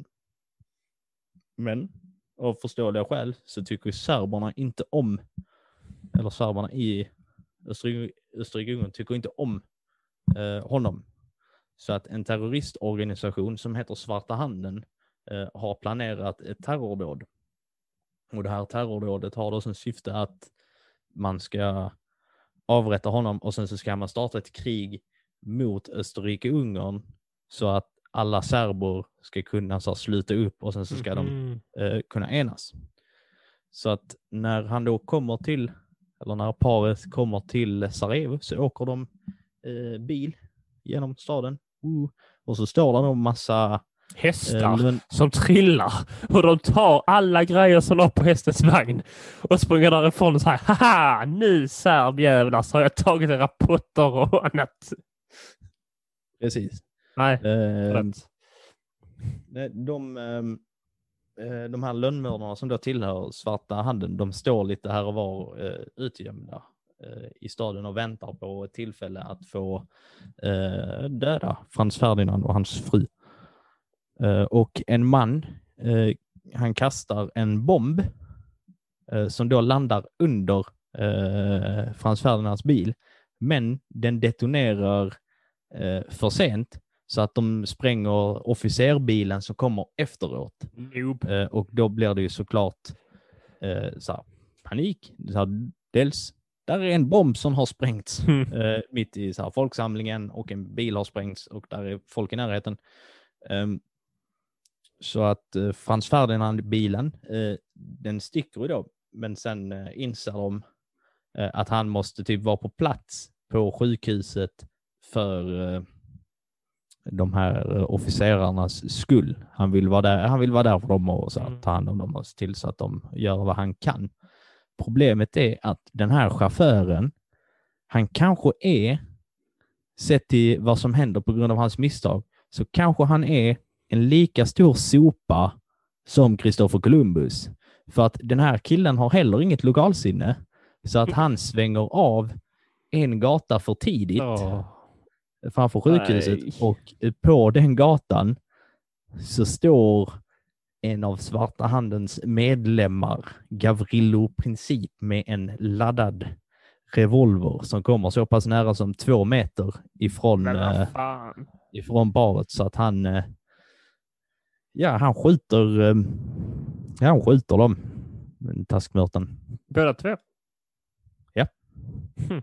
Men av förståeliga skäl så tycker serberna inte om, eller serberna i Österrike, Österrike tycker inte om eh, honom. Så att en terroristorganisation som heter Svarta handen eh, har planerat ett terrordåd. Och det här terrordådet har då som syfte att man ska avrätta honom och sen så ska man starta ett krig mot Österrike-Ungern så att alla serber ska kunna så, sluta upp och sen så ska Mm. de eh, kunna enas. Så att när han då kommer till, eller när paret kommer till Sarajevo så åker de eh, bil genom staden. Uh, och så står det en massa Hästar eh, lön- som trillar och de tar alla grejer som har på hästens vagn och springer därifrån och säger haha, nu serbjävlar så har jag tagit era potter och annat. Precis. Nej, Eh, rätt. de, eh, de här lönnmördarna som då tillhör Svarta handen, de står lite här och var eh, utgömda eh, i staden och väntar på ett tillfälle att få eh, döda Frans Ferdinand och hans fru. Eh, och en man, eh, han kastar en bomb eh, som då landar under eh, Frans Ferdinands bil, men den detonerar eh, för sent så att de spränger officerbilen som kommer efteråt. Noob. Eh, och då blir det ju såklart eh, så här, panik. Så här, dels, där är en bomb som har sprängts Mm. eh, mitt i så här, folksamlingen och en bil har sprängts och där är folk i närheten. Um, så att eh, Frans Ferdinand, bilen, eh, den sticker ju då. Men sen eh, inser de eh, att han måste typ vara på plats på sjukhuset för eh, de här eh, officerarnas skull. Han vill vara där, han vill vara där för dem och så här, ta hand om dem och se till så att de gör vad han kan. Problemet är att den här chauffören, han kanske är, sett till vad som händer på grund av hans misstag, så kanske han är en lika stor sopa som Christopher Columbus. För att den här killen har heller inget lokalsinne, så att han svänger av en gata för tidigt Oh. framför sjukhuset. Nej. Och på den gatan så står en av Svarta Handens medlemmar, Gavrilo Princip, med en laddad revolver som kommer så pass nära som två meter ifrån, Men vad eh, fan. ifrån baret, så att han eh, ja, han skjuter eh, ja, han skjuter dem, taskmörten. Båda två? Ja. Hm.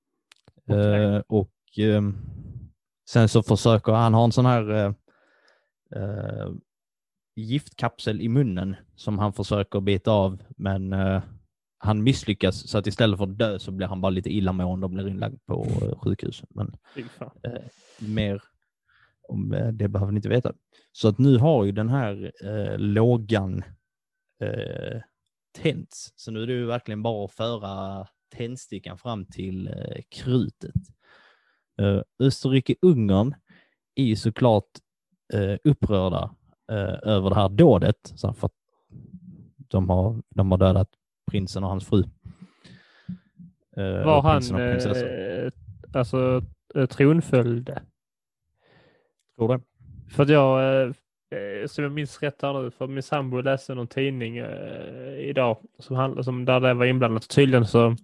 Eh, och eh, sen så försöker han ha en sån här eh, eh, giftkapsel i munnen som han försöker bita av, men eh, han misslyckas, så att istället för att dö så blir han bara lite illamående och blir inlagd på eh, sjukhuset. Men eh, mer om eh, det behöver ni inte veta. Så att nu har ju den här eh, lågan eh, tänts. Så nu är det ju verkligen bara att föra tändstickan fram till eh, krutet. Eh, Österrike-Ungern är ju såklart eh, upprörda eh, över det här dådet. Så för att de har, de har dödat prinsen och hans fru. Eh, Var och han prinsen och prinsessan. eh, alltså eh, tronföljde? Tror det. För att jag, eh, som jag minns rätt här nu, för min sambo läste någon tidning eh, idag som, handlade, som där det var inblandat. Tydligen så,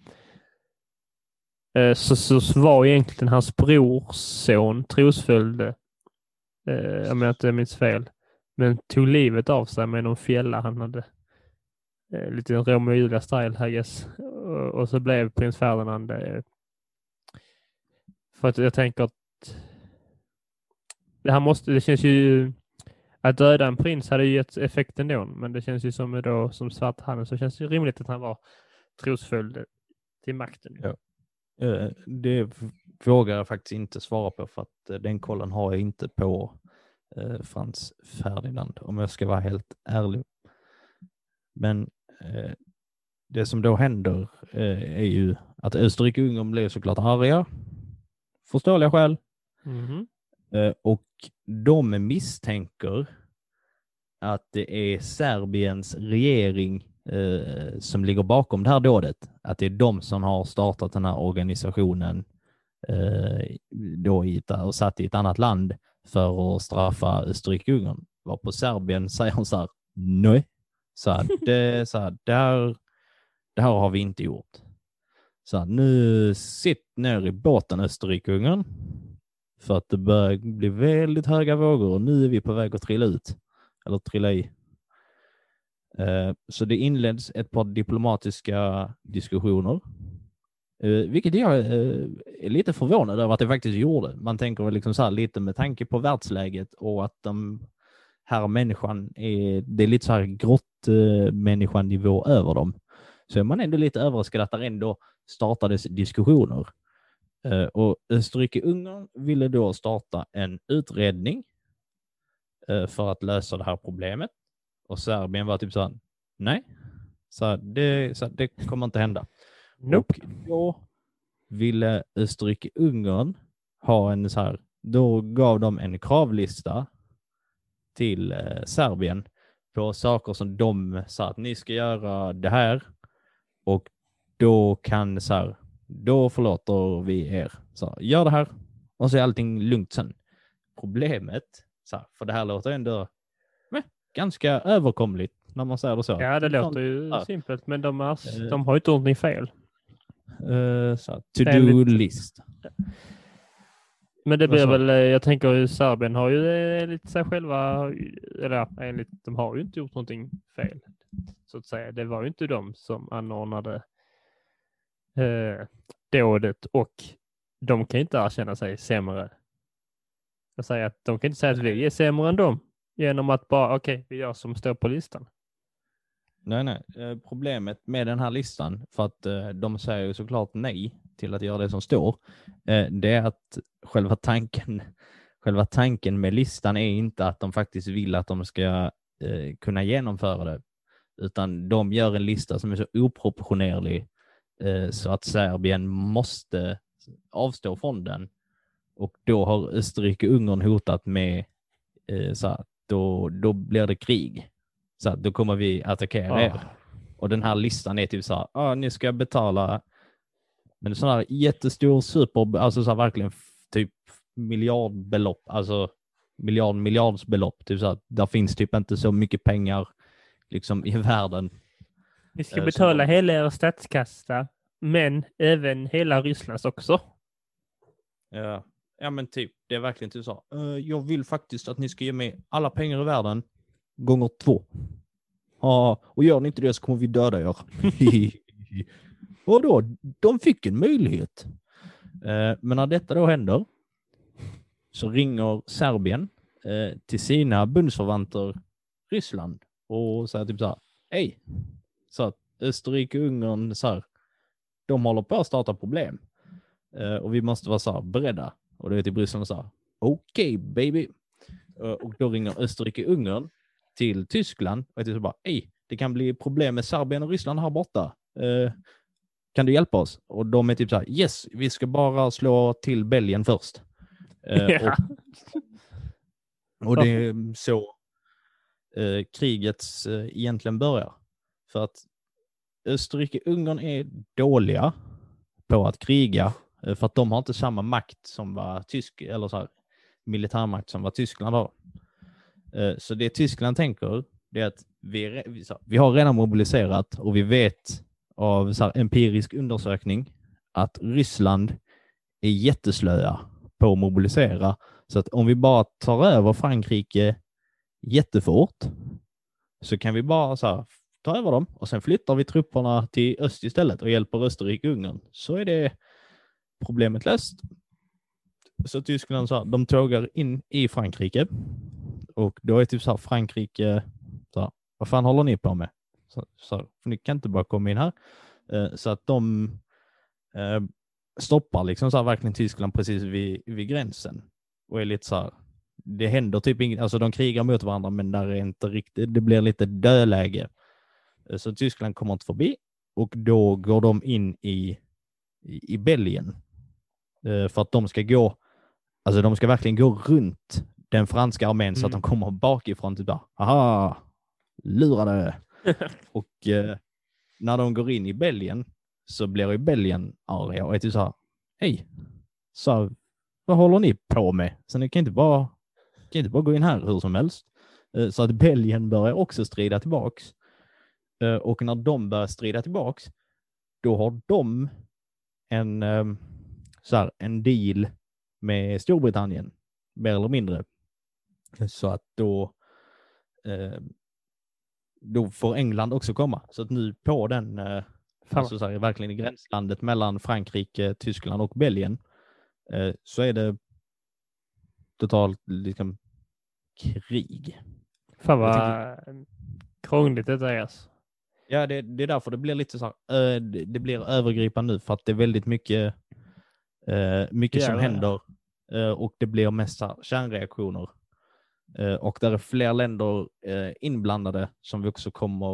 eh, så, så var egentligen hans brorson trosföljde, eh, om jag inte minns fel, men tog livet av sig med någon fjälla han hade. Eh, lite Romeo och Julia style, I guess. Och, och så blev prins Ferdinand eh, för att jag tänker att det här måste, det känns ju att döda en prins hade ju gett effekt ändå, men det känns ju som då som Svart Handen så känns det ju rimligt att han var trosföljd till makten. Ja. Uh, det vågar jag faktiskt inte svara på, för att uh, den kollen har jag inte på uh, Frans Ferdinand, om jag ska vara helt ärlig. Men uh, det som då händer uh, är ju att Österrike-Ungern blev såklart arga. Förståeliga skäl. Mm-hmm. Uh, och de misstänker att det är Serbiens regering uh, som ligger bakom det här dådet. Att det är de som har startat den här organisationen uh, då i ett, och satt i ett annat land för att straffa Österrike-Ungern. Var på Serbien säger hon så här, nej. Så här, det, så här, det, här, det här har vi inte gjort. Så här, nu sitt ner i båten Österrike-Ungern. För att det börjar bli väldigt höga vågor och nu är vi på väg att trilla ut. Eller trilla i. Uh, så det inleds ett par diplomatiska diskussioner. Uh, vilket jag uh, är lite förvånad över att det faktiskt gjorde. Man tänker väl liksom så här lite med tanke på världsläget och att de här människan är, det är lite så här grått uh, människanivå över dem. Så är man ändå lite överraskad att det ändå startades diskussioner. Uh, och Österrike-Ungern ville då starta en utredning uh, för att lösa det här problemet. Och Serbien var typ så här, nej, så det, så det kommer inte hända. Nope. Och då ville Österrike-Ungern ha en så här, då gav de en kravlista till uh, Serbien på saker som de sa att ni ska göra det här och då kan så här, då förlåter vi er. Så gör det här och så är allting lugnt sen. Problemet, så här, för det här låter ändå men, ganska överkomligt när man säger det så. Ja, det låter ju ja. simpelt, men de, är, uh, de har ju inte någonting fel. Uh, så, to-do-list. Men det blir väl, jag tänker Serbien har ju lite sig själva, eller enligt, de har ju inte gjort någonting fel. Så att säga, det var ju inte de som anordnade Eh, dådet och de kan inte erkänna sig sämre. Jag säger att de kan inte säga att vi är sämre än dem. Genom att bara, okej, okay, vi gör som står på listan. Nej, nej. Eh, problemet med den här listan, för att eh, de säger ju såklart nej till att göra det som står, eh, det är att själva tanken, själva tanken med listan är inte att de faktiskt vill att de ska eh, kunna genomföra det, utan de gör en lista som är så oproportionerlig eh, så att Serbien måste avstå från den. Och då har Österrike-Ungern hotat med eh, så att då, då blir det krig. Så att då kommer vi attackera er. Oh. Och den här listan är typ så här, ah, ni ska betala men sån här jättestor super, alltså så här verkligen typ miljardbelopp, alltså miljard miljardsbelopp, typ så att där finns typ inte så mycket pengar liksom i världen. Ni ska betala de... hela er statskassa, men även hela Rysslands också. Ja. Ja, men typ, det är verkligen typ så. Uh, jag vill faktiskt att ni ska ge mig alla pengar i världen gånger två. Ja, och gör ni inte det så kommer vi döda er. Och då, de fick en möjlighet. Uh, men när detta då händer så ringer Serbien uh, till sina bundsförvanter Ryssland och säger typ så här, hej, så att Österrike och Ungern så här, de håller på att starta problem. Uh, och vi måste vara så här beredda. Och det är till Ryssland och sa, okej okay, baby. Uh, och då ringer Österrike-Ungern till Tyskland och det är så bara, hej, det kan bli problem med Serbien och Ryssland här borta. Uh, kan du hjälpa oss? Och de är typ så här, yes, vi ska bara slå till Belgien först. Uh, ja. och, och det är så uh, kriget uh, egentligen börjar. För att Österrike-Ungern är dåliga på att kriga. För att de har inte samma makt som var tysk, eller så här, militärmakt som var Tyskland har. Så det Tyskland tänker, det är att vi, vi har redan mobiliserat och vi vet av så här empirisk undersökning att Ryssland är jätteslöa på att mobilisera. Så att om vi bara tar över Frankrike jättefort så kan vi bara så här, ta över dem och sen flyttar vi trupperna till öst istället och hjälper Österrike-Ungern. Så är det problemet löst. Så Tyskland så här, de tågar in i Frankrike och då är typ så här, Frankrike så här, vad fan håller ni på med? Så, så här, för ni kan inte bara komma in här. Uh, så att de uh, stoppar liksom så här, verkligen Tyskland precis vid, vid gränsen och är lite så här, det händer typ inget, alltså de krigar mot varandra men där är inte riktigt, det blir lite dödläge. Uh, så Tyskland kommer inte förbi och då går de in i i, i Belgien. För att de ska gå, alltså de ska verkligen gå runt den franska armén mm. så att de kommer bakifrån typ där. Aha, lurade. och eh, när de går in i Belgien så blir ju Belgien arga och är typ så här, hej, så vad håller ni på med? Så ni kan inte bara, kan inte bara gå in här hur som helst. Eh, så att Belgien börjar också strida tillbaks. Eh, och när de börjar strida tillbaks, då har de en um, så här, en deal med Storbritannien mer eller mindre så att då eh, då får England också komma så att nu på den eh, alltså, så här, verkligen i gränslandet mellan Frankrike, Tyskland och Belgien eh, så är det totalt liksom krig. Fan vad tycker... krångligt det är alltså. Ja, det, det är därför det blir lite så här, äh, det, det blir övergripande nu för att det är väldigt mycket äh, mycket som händer äh, och det blir mest kärnreaktioner. Äh, och där är fler länder äh, inblandade som vi också kommer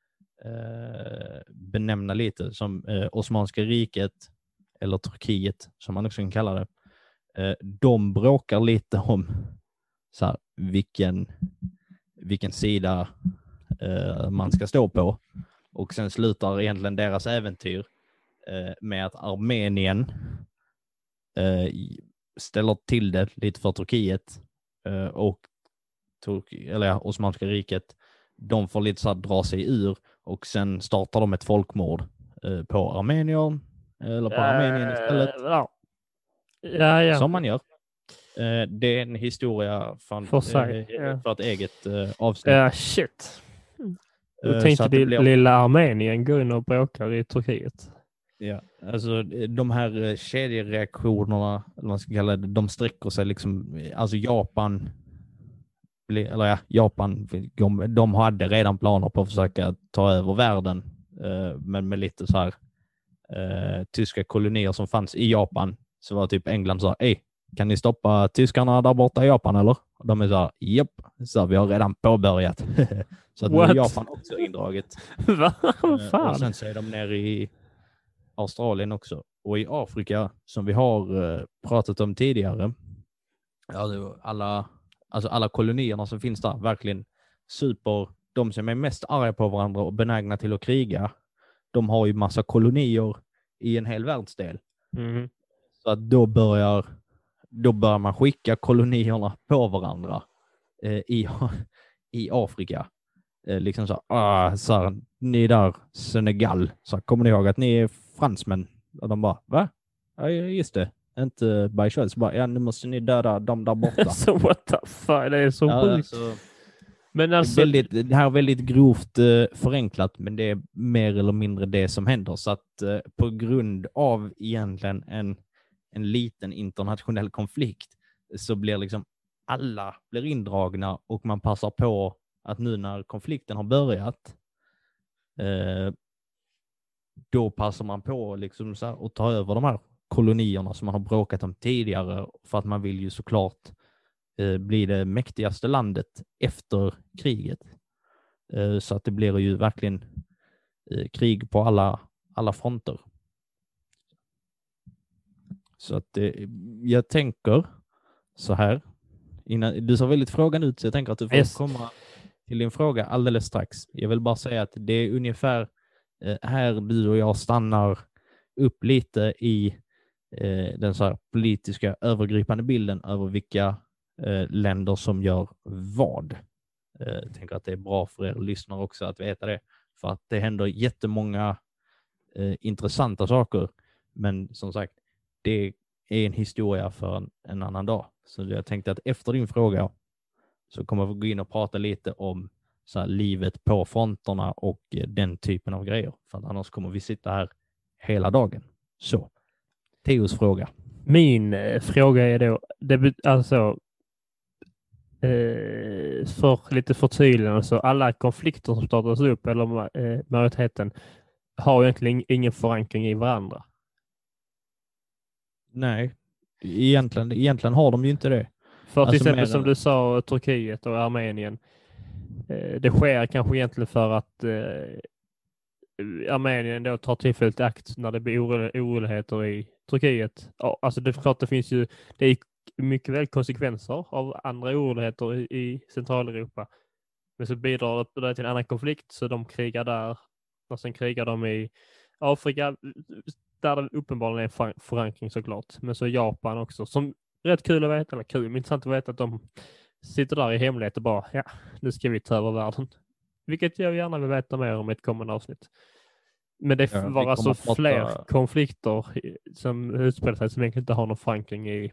äh, benämna lite som äh, Osmanska riket eller Turkiet som man också kan kalla det. Äh, de bråkar lite om så här, vilken, vilken sida äh, man ska stå på. Och sen slutar egentligen deras äventyr eh, med att Armenien eh, ställer till det lite för Turkiet eh, och Turk- eller ja, Osmanska riket. De får lite så att dra sig ur och sen startar de ett folkmord eh, på Armenien eller på äh, Armenien istället. Ja. Ja, ja. Som man gör. Eh, det är en historia från, för, sig, eh, ja. för ett eget eh, avsnitt. Ja, shit. Du tänkte att blir... lilla Armenien går in och bråkar i Turkiet. Ja, alltså de här kedjereaktionerna, eller vad man ska kalla det, de sträcker sig liksom, alltså Japan bli, eller ja, Japan, de, de hade redan planer på att försöka ta över världen, eh, men med lite så här eh, tyska kolonier som fanns i Japan, så var typ England så här, ej, kan ni stoppa tyskarna där borta i Japan eller? Och de är så här, japp, så vi har redan påbörjat. Så att nu är Japan också indraget. Va? Fan. Och sen så är de nere i Australien också. Och i Afrika, som vi har eh, pratat om tidigare, alltså alla, alltså alla kolonierna som finns där, verkligen super, de som är mest arga på varandra och benägna till att kriga, de har ju massa kolonier i en hel världsdel. Mm. Så att då börjar, då börjar man skicka kolonierna på varandra eh, i, i Afrika. Eh, liksom så, ah, så här, ni där Senegal, så här, kommer ni ihåg att ni är fransmän? Och de bara, va? Ja, just det. Inte by choice. Bara, ja, nu måste ni döda dem där borta. Så what the fuck, det är så ja, sjukt. alltså, Men alltså... det, är väldigt, det här är väldigt grovt eh, förenklat, men det är mer eller mindre det som händer. Så att eh, på grund av egentligen en, en liten internationell konflikt så blir liksom alla blir indragna och man passar på att nu när konflikten har börjat eh, då passar man på liksom så här, att ta över de här kolonierna som man har bråkat om tidigare, för att man vill ju såklart eh, bli det mäktigaste landet efter kriget. Eh, så att det blir ju verkligen eh, krig på alla, alla fronter. Så att eh, jag tänker så här, innan, du ser väldigt frågan ut, så jag tänker att du får yes. komma till din fråga alldeles strax. Jag vill bara säga att det är ungefär eh, här du och jag stannar upp lite i eh, den så här politiska övergripande bilden över vilka eh, länder som gör vad. Eh, jag tänker att det är bra för er lyssnare också att veta det, för att det händer jättemånga eh, intressanta saker, men som sagt, det är en historia för en, en annan dag. Så jag tänkte att efter din fråga så kommer vi gå in och prata lite om så här, livet på fronterna och eh, den typen av grejer. För att annars kommer vi sitta här hela dagen. Så, Theos fråga. Min eh, fråga är då, det, alltså eh, för lite förtydligande, så alla konflikter som startas upp, eller eh, majoriteten, har egentligen ingen förankring i varandra. Nej, egentligen, egentligen har de ju inte det. För till alltså, exempel mer... som du sa, Turkiet och Armenien. Eh, det sker kanske egentligen för att eh, Armenien då tar tillfälligt akt när det blir oro- oroligheter i Turkiet. Ja, alltså det är klart, det finns ju, det är mycket väl konsekvenser av andra oroligheter i, i Centraleuropa. Men så bidrar det till en annan konflikt, så de krigar där. Och sen krigar de i Afrika, där det uppenbarligen är en förankring såklart. Men så Japan också, som rätt kul att veta, eller kul, men intressant att veta att de sitter där i hemlighet och bara, ja, nu ska vi ta över världen. Vilket jag gärna vill veta mer om i ett kommande avsnitt. Men det ja, var alltså prata... fler konflikter som utspelar sig som egentligen inte har någon förankring i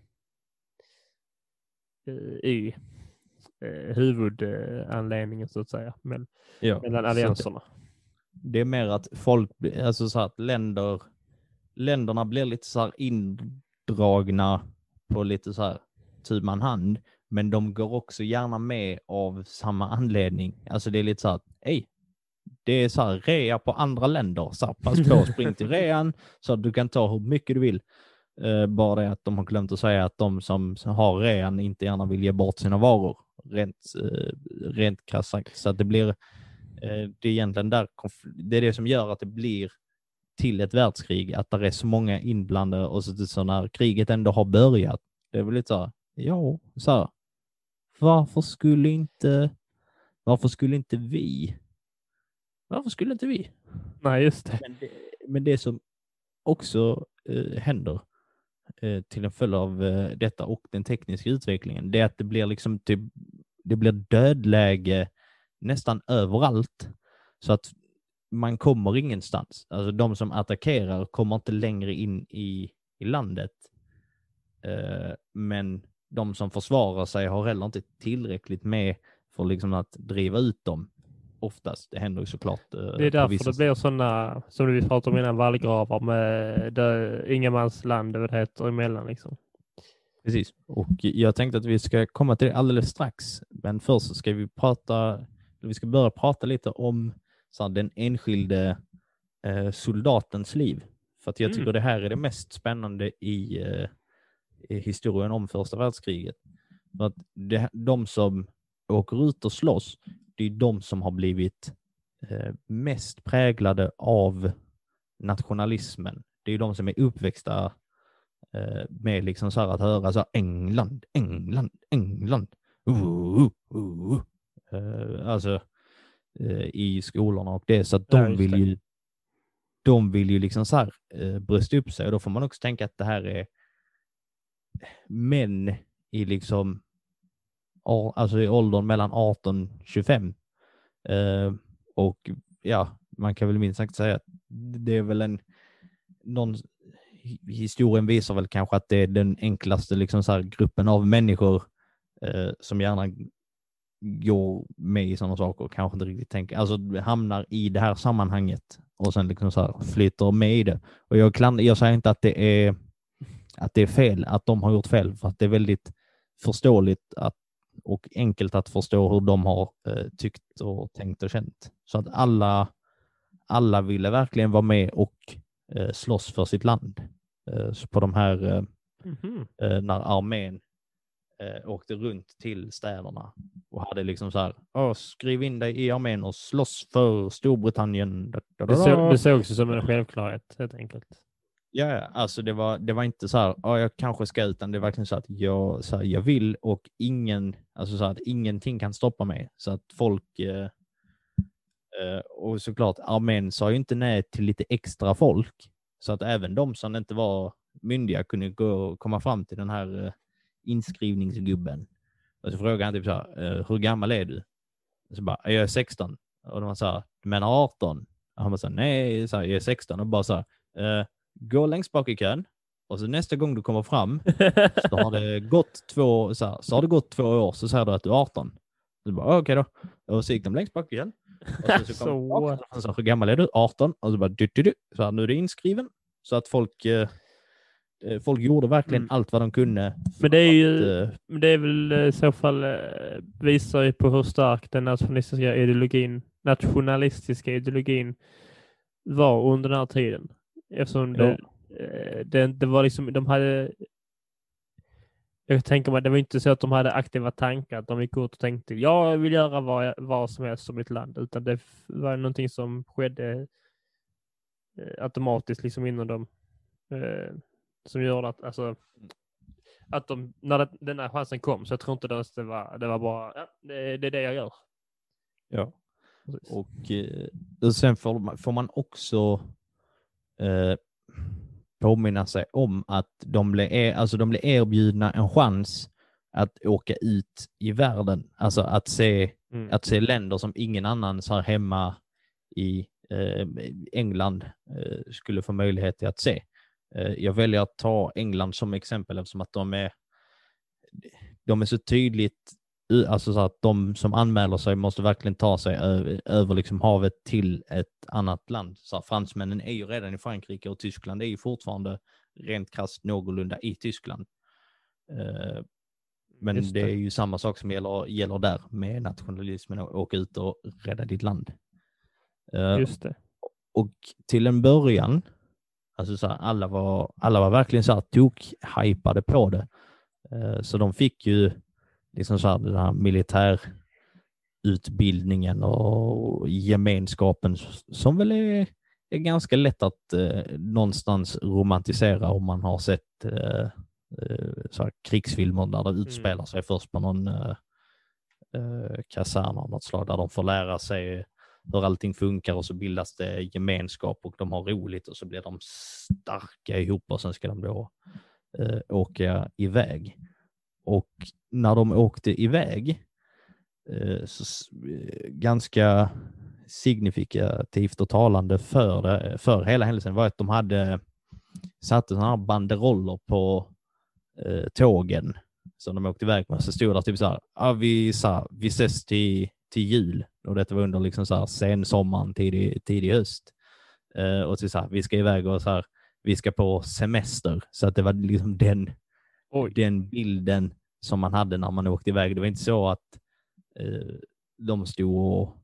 i eh, huvudanledningen så att säga, men, ja, mellan allianserna. Det, det är mer att folk, alltså så att länder länderna blir lite så här indragna på lite så här tu man hand, men de går också gärna med av samma anledning. Alltså det är lite så här, ej, det är så här rea på andra länder, så här, pass på, spring till rean så att du kan ta hur mycket du vill. Uh, bara det att de har glömt att säga att de som har rean inte gärna vill ge bort sina varor, rent, uh, rent krasst sagt. Så att det blir uh, det är egentligen där konf- det är det som gör att det blir till ett världskrig, att det är så många inblandade, och så, så när kriget ändå har börjat, det är väl lite så här, ja, så här, varför skulle inte varför skulle inte vi varför skulle inte vi? Nej, just det. Men det, men det som också uh, händer uh, till en följd av uh, detta och den tekniska utvecklingen, det är att det blir liksom typ, det blir dödläge nästan överallt, så att man kommer ingenstans. Alltså de som attackerar kommer inte längre in i, i landet. Uh, men de som försvarar sig har heller inte tillräckligt med för liksom att driva ut dem. Oftast. Det händer ju såklart. Uh, det är därför det blir sådana, som vi pratade om innan, vallgravar med dö, ingenmansland, det heter emellan liksom. Precis. Och jag tänkte att vi ska komma till det alldeles strax. Men först så ska vi prata, vi ska börja prata lite om så här, den enskilde eh, soldatens liv. För att jag Mm. tycker det här är det mest spännande i, eh, i historien om första världskriget. För att det, de som åker ut och slåss, det är de som har blivit eh, mest präglade av nationalismen. Det är de som är uppväxta eh, med liksom så här att höra så här, England, England, England. Uh, uh, uh. Eh, alltså eh, i skolorna och det. Så att de Ja, just vill det. ju de vill ju liksom så här eh, brösta upp sig. Och då får man också tänka att det här är män i liksom a- alltså i åldern mellan arton och tjugofem. Eh, och ja, man kan väl minst sagt säga att det är väl en någon historien visar väl kanske att det är den enklaste liksom så här gruppen av människor eh, som gärna går med i sådana saker och kanske inte riktigt tänker, alltså hamnar i det här sammanhanget och sen liksom så här flyter med i det. Och jag, kland, jag säger inte att det är att det är fel, att de har gjort fel, för att det är väldigt förståeligt att, och enkelt att förstå hur de har eh, tyckt och tänkt och känt. Så att alla, alla ville verkligen vara med och eh, slåss för sitt land. Eh, så på de här, eh, Mhm. eh, när armén eh, åkte runt till städerna och hade liksom så här, Åh, skriv in dig i armén och slåss för Storbritannien. Da, da, da, Det, så, da. det såg också som en självklarhet, helt enkelt. Ja, ja, alltså det var, det var inte så här, ja, jag kanske ska, utan det var verkligen så att jag, så här, jag vill och ingen, alltså så att ingenting kan stoppa mig. Så att folk, eh, eh, och såklart armén sa ju inte nej till lite extra folk. Så att även de som inte var myndiga kunde gå och komma fram till den här eh, inskrivningsgubben. Och så frågade han typ så här, eh, hur gammal är du? Och så bara, jag är sexton. Och de sa, du menar arton? Och han bara så här, nej, så här, jag är sexton. Och bara så här, eh, gå längst bak i kön och så nästa gång du kommer fram så har det gått två, så, här, så har det gått två år, så säger du att du är arton. Så bara, okej då. Och så gick de längst bak igen. Och sen så kom Så. de och så, hur gammal är du? arton. Och så bara, du, du, du. Så här, nu är det inskriven. Så att folk eh, folk gjorde verkligen Mm. allt vad de kunde. Men det är ju, att, eh, men det är väl i så fall eh, visar ju på hur stark den nationalistiska ideologin, nationalistiska ideologin var under den här tiden. Eftersom det, eh, det, det var liksom, de hade, jag tänker mig, det var inte så att de hade aktiva tankar, att de gick ut och tänkte, jag vill göra vad, vad som helst som mitt land, utan det var någonting som skedde eh, automatiskt liksom inom dem. Eh, som gör att, alltså, att de, när det, den här chansen kom, så jag tror inte det var, det var bara, ja, det, det är det jag gör. ja. Precis. Och, eh, och sen får man, får man också eh, påminna sig om att de blev, alltså de blev erbjudna en chans att åka ut i världen. Alltså att se, Mm. att se länder som ingen annan så här hemma i eh, England eh, skulle få möjlighet till att se. Eh, jag väljer att ta England som exempel eftersom att de är, de är så tydligt, alltså så att de som anmäler sig måste verkligen ta sig över, över liksom havet till ett annat land. Så här, fransmännen är ju redan i Frankrike och Tyskland är ju fortfarande rent krasst någorlunda i Tyskland. Eh, men Just det. det. det är ju samma sak som gäller, gäller där med nationalismen och åka ut och rädda ditt land. Eh, Just det. och till en början, alltså så här, alla var alla var verkligen så här tok-hypade på det. Eh, så de fick ju liksom så här, den här militärutbildningen och gemenskapen som väl är, är ganska lätt att eh, någonstans romantisera om man har sett eh, så här krigsfilmer där det utspelar Mm. sig först på någon eh, eh, kasern av något slag där de får lära sig hur allting funkar och så bildas det gemenskap och de har roligt och så blir de starka ihop och sen ska de då eh, åka iväg. Och när de åkte iväg eh, så eh, ganska signifikativt och talande för, det, för hela händelsen var att de hade satt sådana här banderoller på eh, tågen som de åkte iväg med. Så stod det typ så här, ah, vi, så här, vi ses till, till jul. Och detta var under liksom så här sen sommaren, tidig, tidig höst. Eh, och så, så här, vi ska iväg och så här, vi ska på semester. Så att det var liksom den, Oj. den bilden som man hade när man åkte iväg. Det var inte så att eh, de stod och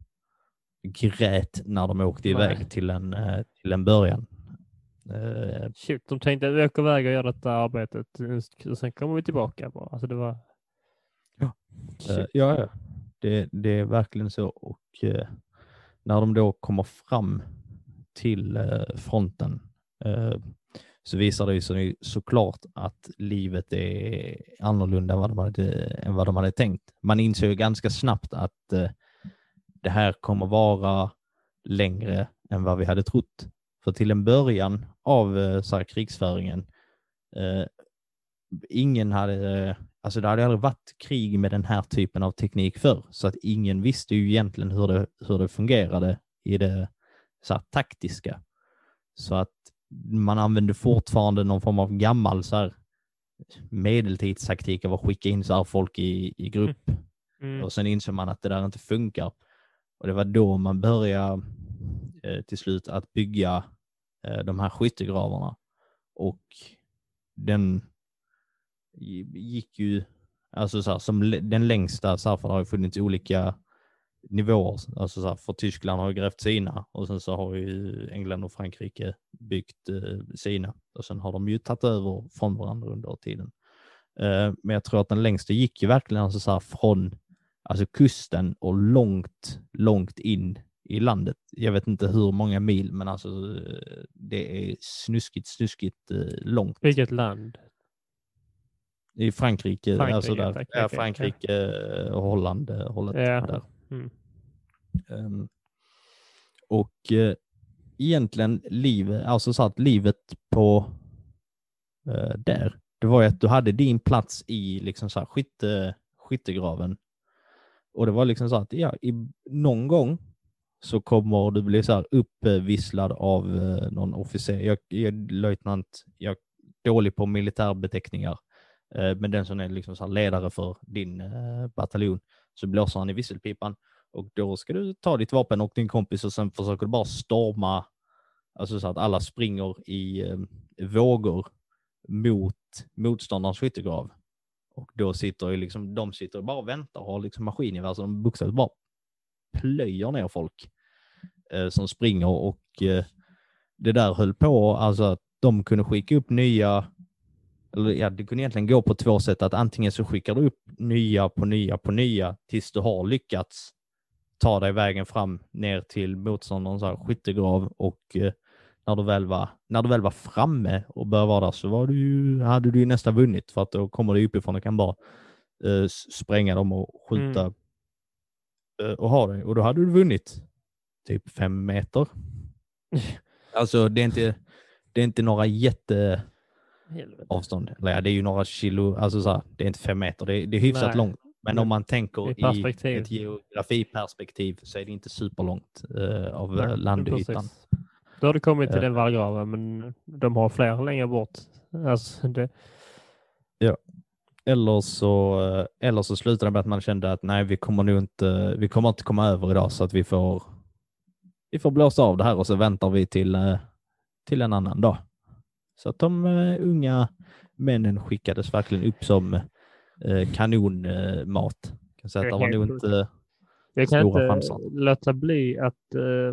grät när de åkte Nej. iväg till en, eh, till en början. Eh, Shit, de tänkte att vi åker iväg och gör detta arbetet och sen kommer vi tillbaka bara. Alltså det var... Ja. Shit. eh, ja, ja. Det, det är verkligen så. Och eh, när de då kommer fram till eh, fronten eh, så visar det sig såklart att livet är annorlunda än vad de hade, än vad de hade tänkt. Man insåg ganska snabbt att eh, det här kommer vara längre än vad vi hade trott. För till en början av eh, så här, krigsföringen eh, ingen hade, alltså det hade aldrig varit krig med den här typen av teknik förr, så att ingen visste ju egentligen hur det, hur det fungerade i det så här, taktiska. Så att man använde fortfarande någon form av gammal så här, medeltidstaktik av att skicka in så här, folk i, i grupp. Mm. Och sen insåg man att det där inte funkar. Och det var då man började eh, till slut att bygga eh, de här skyttegravarna. Och den gick ju, alltså så här, som l- den längsta, så här, för det har ju funnits olika nivåer. Alltså så här, för Tyskland har ju grävt sina och sen så har ju England och Frankrike byggt eh, sina. Och sen har de ju tagit över från varandra under tiden. Eh, men jag tror att den längsta gick ju verkligen alltså så här, från alltså kusten och långt, långt in i landet. Jag vet inte hur många mil, men alltså det är snuskigt, snuskigt eh, långt. Vilket land? I Frankrike, Frankrike, alltså där, Frankrike, ja, Frankrike ja. och Holland, hållet Ja. där. Mm. Um, och uh, egentligen livet, alltså så att livet på uh, där, det var ju att du hade din plats i liksom så här skytte, skyttegraven. Och det var liksom så att ja, i, någon gång så kommer du bli så här uppvisslad av uh, någon officer. Jag är löjtnant, jag är dålig på militärbeteckningar. Uh, men den som är liksom så här ledare för din uh, bataljon, så blåser han i visselpipan. Och då ska du ta ditt vapen och din kompis och sen försöker du bara storma, alltså så att alla springer i uh, vågor mot motståndarens skyttegrav. Och då sitter ju liksom, de sitter och bara väntar och har liksom maskingevär, så de bokstavligt bara plöjer ner folk eh, som springer. Och eh, det där höll på, alltså att de kunde skicka upp nya, eller ja, det kunde egentligen gå på två sätt, att antingen så skickar du upp nya på nya på nya tills du har lyckats ta dig vägen fram ner till motståndarens så här skyttegrav, och eh, när du väl var när du väl var framme och började vara där, så var du ju, hade du ju nästan vunnit, för att då kommer du uppifrån och kan bara eh, spränga dem och skjuta Mm. eh, och ha dig, och då hade du vunnit typ fem meter. Alltså det är inte det är inte några jätte Helvete. avstånd, eller ja, det är ju några kilo, alltså så här, det är inte fem meter, det är, det är hyfsat Nej. långt, men Men om man tänker i i, perspektiv. ett geografiperspektiv så är det inte superlångt eh, av Nej, eh, landytan. precis. Då har du kommit till Eh. den vallgraven, men de har fler längre bort. Alltså, det... Eller så, eh, eller så slutade det med att man kände att nej, vi kommer nog inte, vi kommer inte komma över idag, så att vi får vi får blåsa av det här och så väntar vi till, eh, till en annan dag. Så att de uh, unga männen skickades verkligen upp som uh, kanonmat. Uh, kan säga att det var nog inte Jag kan stora inte chanser. låta bli att uh,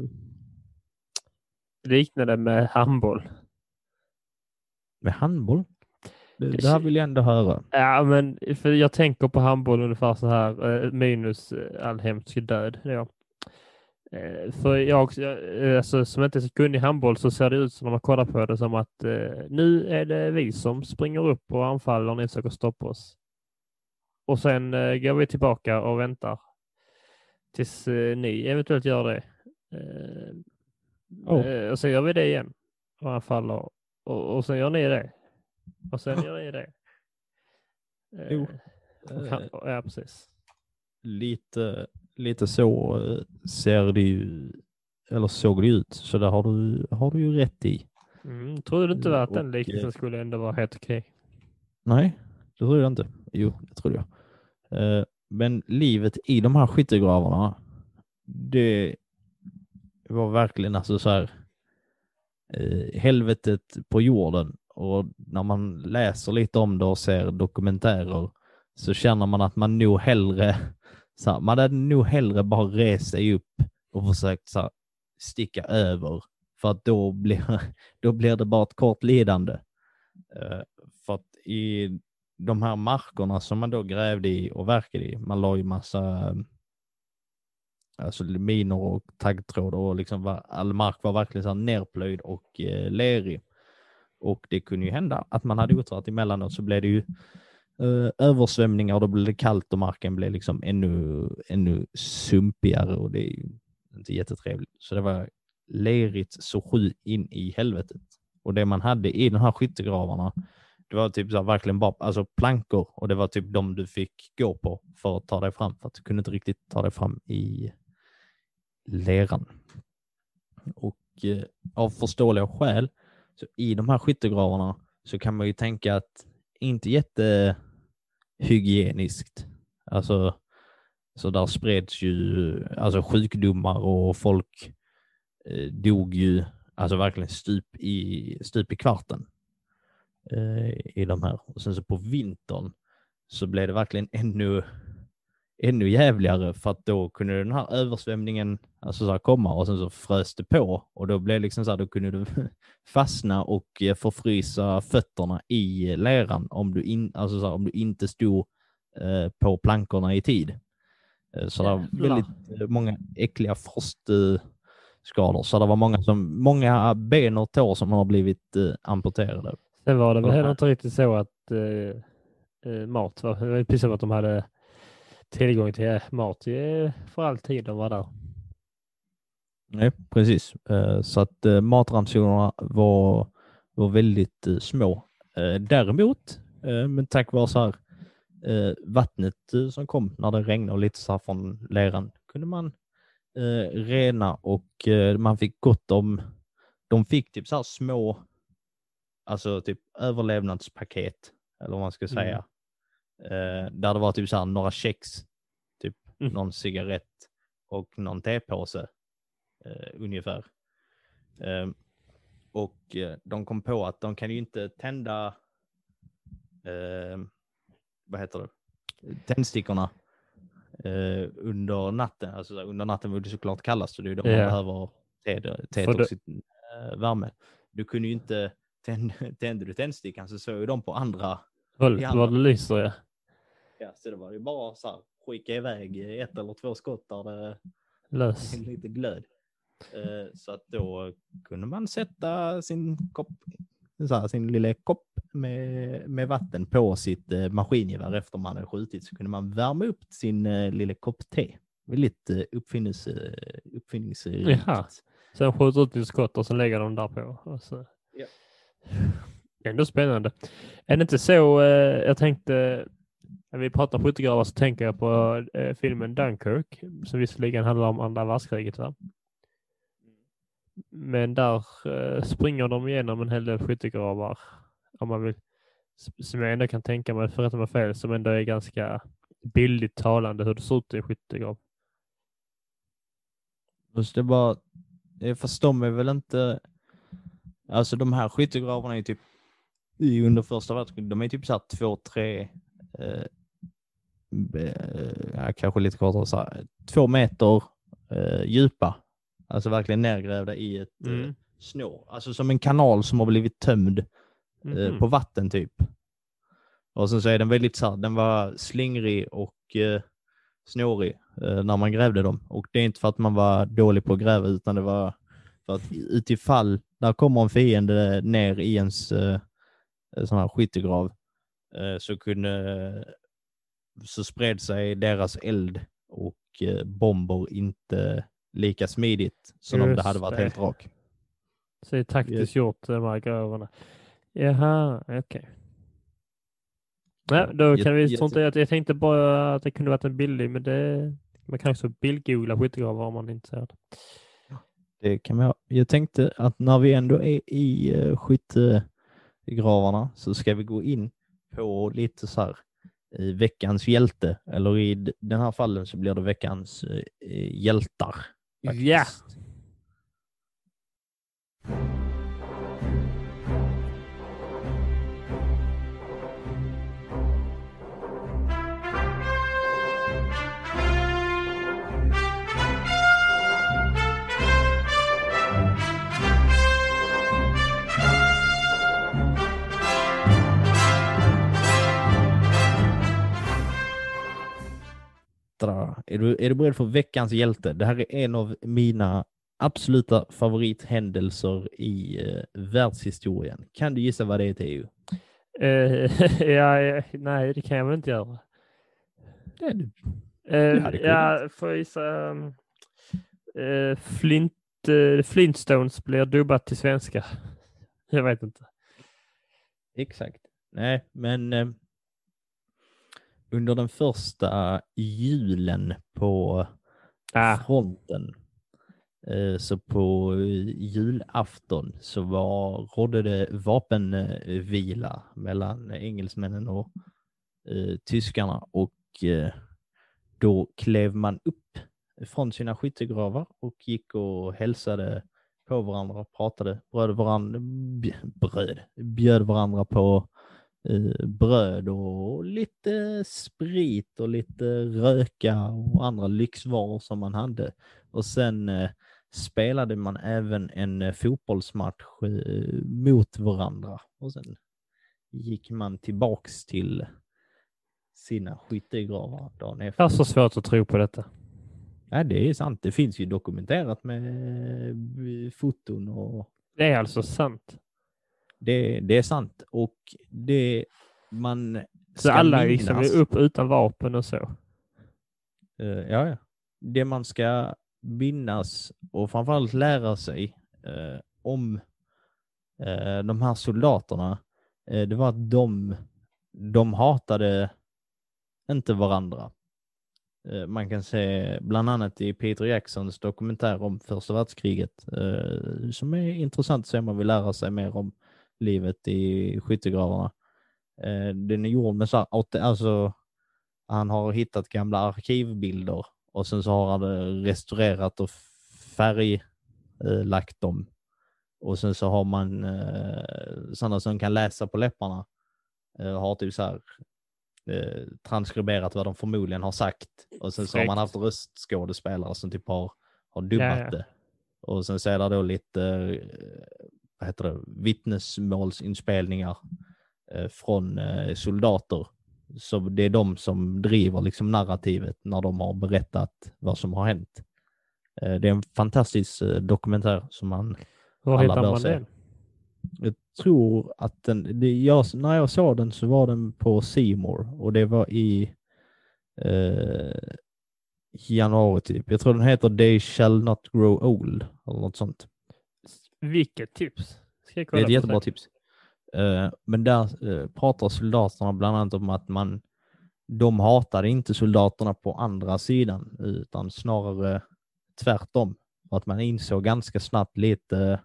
likna det med handboll. Med handboll? Det, Det- det här vill jag ändå höra. Ja, men för jag tänker på handboll ungefär så här, uh, minus uh, all hemsk död. Ja. Uh, för jag, uh, alltså, som inte är så kunnig i handboll, så ser det ut som när man kollar på det som att uh, nu är det vi som springer upp och anfaller och ni försöker stoppa oss. Och sen uh, går vi tillbaka och väntar tills uh, ni eventuellt gör det. Uh, Oh. uh, och så gör vi det igen och anfaller. Och, och sen gör ni det. Och sen gör ni det. Uh, Jo. och kan, ja, precis. Lite, lite så eh, ser det ju, eller såg det ut. Så där har du, har du ju rätt i. Mm, trodde du inte att den Och, liknelsen eh, skulle ändå vara helt okej? Nej, det tror jag inte. Jo, det tror jag. Eh, men livet i de här skyttegravarna, det var verkligen alltså så här eh, helvetet på jorden och när man läser lite om det och ser dokumentärer så känner man att man nog hellre så här, man hade nog hellre bara rest sig upp och försökt så här, sticka över, för att då blir, då blir det bara ett kort lidande. Uh, för att i de här markerna som man då grävde i och verkade i, man la ju massa alltså minor och taggtråd och liksom var, all mark var verkligen så här nerplöjd och eh, lerig. Och det kunde ju hända att man hade otur att emellanåt så blev det ju eh, översvämningar och då blev det kallt och marken blev liksom ännu, ännu sumpigare och det är ju inte jättetrevligt. Så det var lerigt så sju in i helvetet. Och det man hade i de här skyttegravarna, det var typ så här, verkligen bara alltså plankor och det var typ de du fick gå på för att ta dig fram, för att du kunde inte riktigt ta dig fram i leran. Och eh, av förståeliga skäl så i de här skyttegravarna så kan man ju tänka att inte jättehygieniskt. Alltså så där spreds ju alltså sjukdomar och folk eh, dog ju alltså verkligen stup i stup i kvarten eh, i de här. Och sen så på vintern så blev det verkligen ännu ännu jävligare, för att då kunde den här översvämningen alltså så här komma och sen så frös det på och då blev det liksom så här, då kunde du fastna och förfrysa fötterna i leran om du in alltså så här, om du inte stod eh, på plankorna i tid. Eh, så det var väldigt eh, många äckliga frostskador, så det var många som många ben och tår som har blivit eh, amputerade. Sen var det väl heller inte riktigt så att eh, eh, mat var, det var precis som att de hade tillgång till mat för all tid de var där. Nej, precis. Så att matransonerna var, var väldigt små. Däremot, men tack vare så här, vattnet som kom när det regnade och lite så här från leran kunde man rena och man fick gott om, de fick typ så här små, alltså typ överlevnadspaket eller vad man ska säga. Mm. Uh, där det var typ så här några kex, typ mm. någon cigarett och någon tepåse uh, ungefär. Uh, och uh, de kom på att de kan ju inte tända uh, vad heter det? Tändstickorna uh, under natten. Alltså under natten var det såklart kallast, så det är ju då yeah. man behöver te och sitt uh, värme. Du kunde ju inte tända, tände du tändstickan så såg ju de på andra. Vad det lyser, ja. Ja, så det var ju bara så här, skicka iväg ett eller två skott där det lös. Lite glöd. Uh, så att då kunde man sätta sin kopp, så här, sin lilla kopp med, med vatten på sitt uh, maskingevär efter man hade skjutit, så kunde man värma upp sin uh, lilla kopp te. Väldigt uh, uppfinnings, uh, uppfinningsrikt. Jaha. Sen skjuter ut din skott och sen lägger de där på. Och så. Ja. Det är ändå spännande. Är det inte så, uh, jag tänkte, när vi pratar skyttegravar så tänker jag på uh, filmen Dunkirk, som visserligen handlar om andra världskriget, va? Men där uh, springer de igenom en hel del skyttegravar, om man vill, som jag ändå kan tänka mig, för att de är fel, som ändå är ganska billigt talande hur det ser ut i en skyttegrav. Just det, bara, jag förstår mig väl inte, alltså de här skyttegravarna är typ under första världskriget, de är typ så här två, tre eh, eh, kanske lite kortare så här, två meter eh, djupa. Alltså verkligen nergrävda i ett mm. eh, snår. Alltså som en kanal som har blivit tömd eh, mm. på vatten typ. Och sen så är den väldigt så här, den var slingrig och eh, snårig eh, när man grävde dem. Och det är inte för att man var dålig på att gräva, utan det var för att utifall där kommer en fiende ner i ens eh, sån här skyttegrav eh, så kunde så spred sig deras eld och eh, bomber inte lika smidigt som om det hade varit det. Helt rak. Så det är taktiskt yes. gjort, de här gravarna. Jaha, okej. Okay. Nej, då kan jag, vi jag, jag, jag tänkte bara att det kunde varit en billig, men det, man kan också bildgoogla skyttegravar om man inte ser det. Det kan man. Jag tänkte att när vi ändå är i uh, skyttegravarna så ska vi gå in på lite så här i veckans hjälte, eller i den här fallen så blir det veckans uh, hjältar. Ja. Yeah. Dra. Är du, är du beredd för veckans hjälte? Det här är en av mina absoluta favorithändelser i eh, världshistorien. Kan du gissa vad det är, Theo? Uh, ja, ja, nej, det kan jag väl inte göra. Det är du. Uh, hade ja, får jag gissa. Um, uh, Flint, uh, Flintstones blir dubbat till svenska. Jag vet inte. Exakt. Nej, men eh, under den första julen på Ah. fronten, eh, så på julafton så var, rådde det vapenvila mellan engelsmännen och eh, tyskarna, och eh, då klev man upp från sina skyttegravar och gick och hälsade på varandra, pratade, bröd varandra, bröd, bjöd varandra på eh, bröd och lite sprit och lite röka och andra lyxvaror som man hade. Och sen eh, spelade man även en eh, fotbollsmatch eh, mot varandra. Och sen gick man tillbaks till sina skyttegravar dagen efter. Det är så svårt att tro på detta. Ja, det är sant. Det finns ju dokumenterat med foton och... Det är alltså sant. Det, det är sant. Och det man Så alla minnas, liksom är upp utan vapen och så. Uh, ja, ja. Det man ska minnas och framförallt lära sig uh, om uh, de här soldaterna, uh, det var att de, de hatade inte varandra. Man kan se bland annat i Peter Jacksons dokumentär om första världskriget, eh, som är intressant att se om man vill lära sig mer om livet i skyttegravarna. Eh, den är gjord med så här, alltså han har hittat gamla arkivbilder och sen så har han restaurerat och färglagt dem. Och sen så har man eh, sådana som kan läsa på läpparna, eh, har typ så här Eh, transkriberat vad de förmodligen har sagt, och sen så har man haft röstskådespelare som typ har, har dubbat ja, ja. det, och sen så är det då lite eh, vad heter det, vittnesmålsinspelningar eh, från eh, soldater, så det är de som driver liksom narrativet när de har berättat vad som har hänt. Eh, det är en fantastisk eh, dokumentär som man Var alla bör se. Den? Jag tror att den, det, jag, när jag såg den så var den på C More, och det var i eh, januari typ. Jag tror den heter They Shall Not Grow Old eller något sånt. Vilket tips? Ska jag kolla det är ett jättebra det? tips. Eh, men där eh, pratar soldaterna bland annat om att man de hatade inte soldaterna på andra sidan, utan snarare tvärtom. Och att man insåg ganska snabbt lite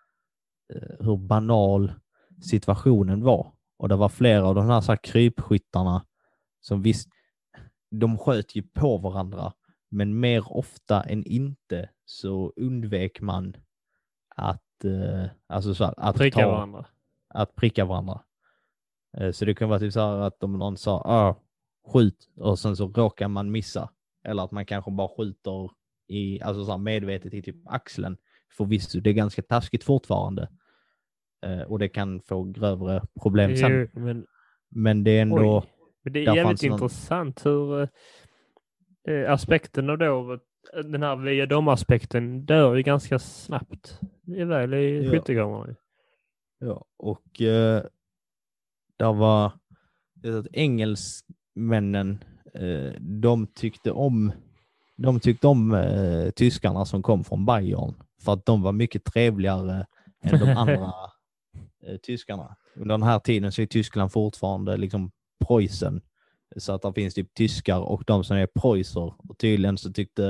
hur banal situationen var. Och det var flera av de här, så här krypskyttarna som visst, de sköt ju på varandra, men mer ofta än inte så undvek man att eh, alltså så här, att pricka ta, varandra. Att pricka varandra. Eh, så det kan vara typ så här att om någon sa ah, skjut, och sen så råkar man missa, eller att man kanske bara skjuter i, alltså så här medvetet i typ axeln. För visst, det är ganska taskigt fortfarande. Eh, och det kan få grövre problem sen. Jo, men... men det är ändå... Oj. Men det är jävligt intressant någon... hur eh, aspekten av då, den här via dom-aspekten dör ju ganska snabbt. Det är väl i skyttegravarna. Ja. ja, och eh, där var det att engelsmännen, eh, de tyckte om de tyckte om eh, tyskarna som kom från Bayern, för att de var mycket trevligare än de andra eh, tyskarna. Under den här tiden så är Tyskland fortfarande liksom Preussen, så att det finns typ tyskar och de som är preuser, och tydligen så tyckte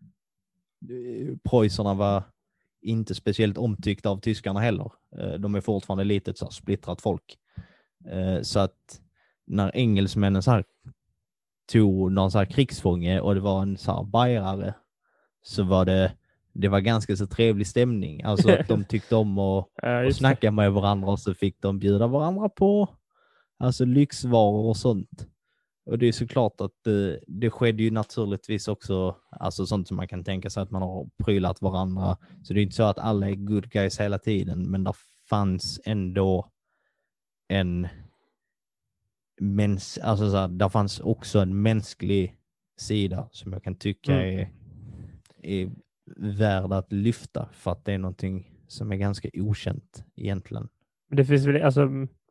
eh, preuserna var inte speciellt omtyckta av tyskarna heller. Eh, de är fortfarande lite så här splittrat folk. Eh, så att när engelsmännen så här tog någon så här krigsfånge och det var en så här bajrare, så var det det var ganska så trevlig stämning. Alltså att de tyckte om att, ja, att snacka med varandra, och så fick de bjuda varandra på alltså lyxvaror och sånt. Och det är såklart att det, det skedde ju naturligtvis också alltså sånt som man kan tänka sig att man har prylat varandra. Så det är inte så att alla är good guys hela tiden, men det fanns ändå en Mäns, alltså så här, där fanns också en mänsklig sida som jag kan tycka Mm. är, är värd att lyfta för att det är någonting som är ganska okänt egentligen. Det finns väl, alltså,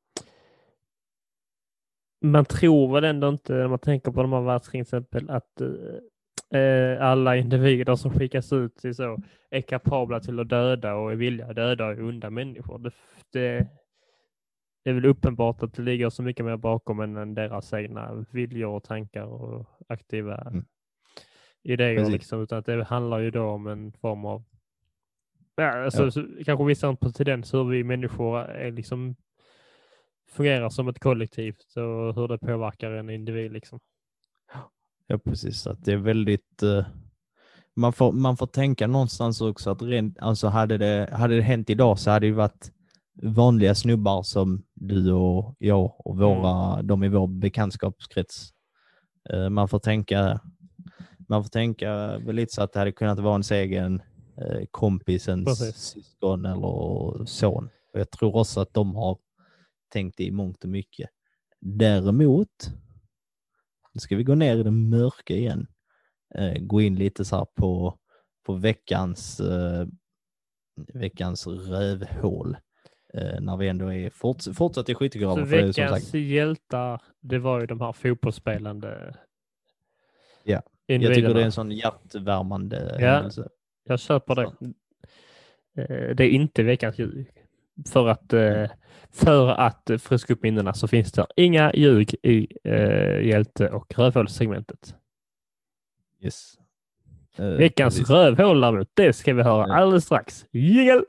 man tror väl ändå inte när man tänker på de här världskrig till exempel att eh, alla individer som skickas ut till så är kapabla till att döda och är villiga att döda och onda människor. Det, det, det är väl uppenbart att det ligger så mycket mer bakom än deras egna viljor och tankar och aktiva Mm. idéer. Precis. Liksom, utan att det handlar ju då om en form av ja, alltså, Ja. så, kanske vissa på tendens hur vi människor är liksom fungerar som ett kollektiv och hur det påverkar en individ liksom. Ja, precis. Att det är väldigt... Uh, man, får, man får tänka någonstans också att rent, alltså hade, det, hade det hänt idag så hade det varit vanliga snubbar som du och jag och våra, mm. de i vår bekantskapskrets. Uh, man får tänka man får tänka väl lite så att det hade kunnat vara ens egen uh, kompisens Precis. syskon eller son. Och jag tror också att de har tänkt i mångt och mycket. Däremot ska vi gå ner i det mörka igen. Eh, gå in lite så här på, på veckans, eh, veckans rövhål. Eh, när vi ändå är forts fortsatt i skyttegraven. Så för veckans det, som sagt, hjältar, det var ju de här fotbollsspelande ja. individerna. Jag tycker det är en sån hjärtvärmande ja, händelse. Jag köper det. Eh, det är inte veckans ljug. För att, eh, för att friska upp minnena så finns det inga ljug i eh, hjälte- och rövhålssegmentet. Yes. Eh, Veckans precis. rövhål däremot, det ska vi höra Ja. alldeles strax. Jingle!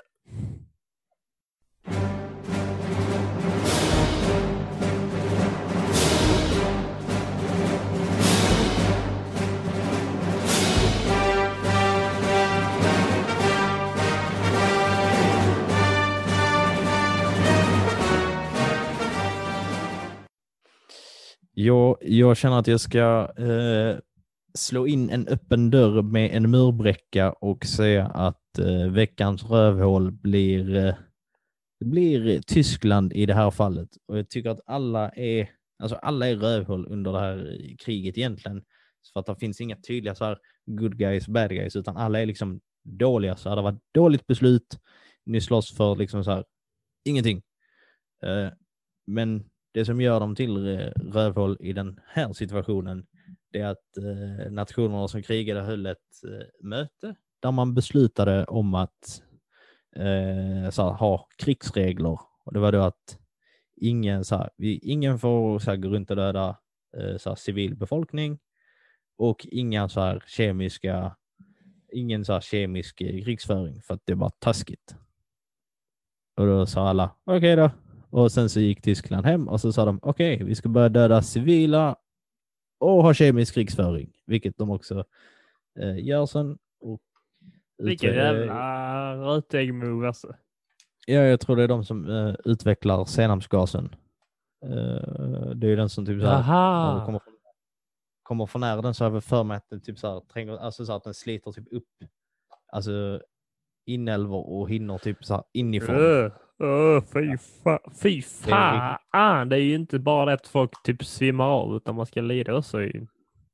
Jag, jag känner att jag ska eh, slå in en öppen dörr med en murbräcka och säga att eh, veckans rövhål blir, eh, det blir Tyskland i det här fallet. Och jag tycker att alla är, alltså alla är rövhål under det här kriget egentligen. För att det finns inga tydliga så här good guys, bad guys, utan alla är liksom dåliga. Så det har varit dåligt beslut. Ni slåss för liksom så här ingenting. Eh, men det som gör dem till rövhål i den här situationen det är att eh, nationerna som krigade höll ett eh, möte där man beslutade om att eh, så här, ha krigsregler. Och det var då att ingen, så här, vi, ingen får så här, gå runt och döda eh, så här, civilbefolkning och inga så här, kemiska ingen så här, kemisk krigsföring för att det var taskigt. Och då sa alla, okej okay då. Och sen så gick Tyskland hem och så sa de, okej, okay, vi ska börja döda civila och ha kemisk krigsföring. Vilket de också eh, gör sen. Och vilken jävla rötägg-move alltså. Ja, jag tror det är de som eh, utvecklar senapsgasen. Eh, det är ju den som typ såhär, när du kommer för, kommer för nära den så har jag för mig att den typ såhär, tränger, alltså så att den sliter typ upp alltså inälvor och hinner typ såhär inifrån. Uh. Oh, fy fan. Fy fan. Det är, det är ju inte bara det att folk typ svimmar av utan man ska lida också. I...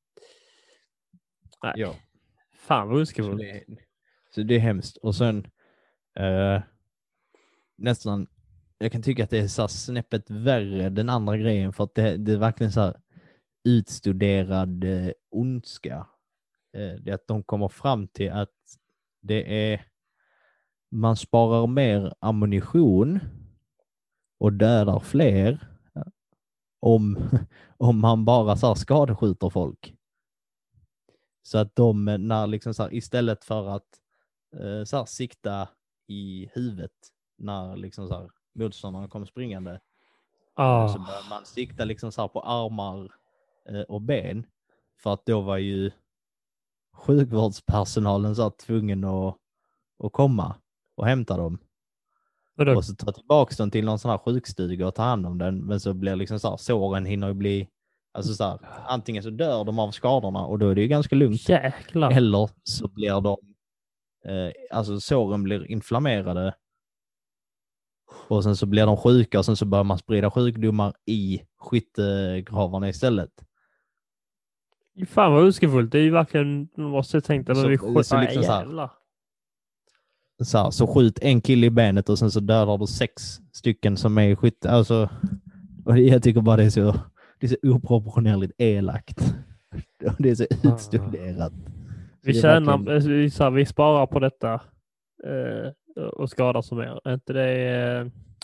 Nej. Ja. Fan vad oskevult. Så det, så det är hemskt. Och sen eh, nästan jag kan tycka att det är så snäppet värre den andra grejen för att det, det är verkligen så här utstuderad eh, ondska. Eh, det är att de kommer fram till att det är man sparar mer ammunition och dödar fler om, om man bara så här skadeskjuter folk. Så att de när liksom så här, istället för att eh, så här, sikta i huvudet när liksom så här, motståndarna kommer springande oh. så börjar man sikta liksom så här, på armar eh, och ben för att då var ju sjukvårdspersonalen så här, tvungen att, att komma och hämta dem. Vadå? Och så ta tillbaka den till någon sån här sjukstuga och ta hand om den. Men så blir liksom så här, såren hinner ju bli, alltså så här, antingen så dör de av skadorna och då är det ju ganska lugnt. Jäklar. Eller så blir de, eh, alltså såren blir inflammerade. Och sen så blir de sjuka och sen så börjar man sprida sjukdomar i skyttegravarna istället. Fan vad ondskefullt. Det är ju verkligen, man måste tänka att Så- vi så skjuter. liksom så här. Jävlar. Så, här, så skjut en kille i benet och sen så dödar du sex stycken som är skytt. Alltså, och jag tycker bara det är så, det är så oproportionerligt elakt. Och det är så utstuderat. Vi det är tjänar, verkligen- vi, så här, vi sparar på detta eh, och skadar som er. Är inte det, eh,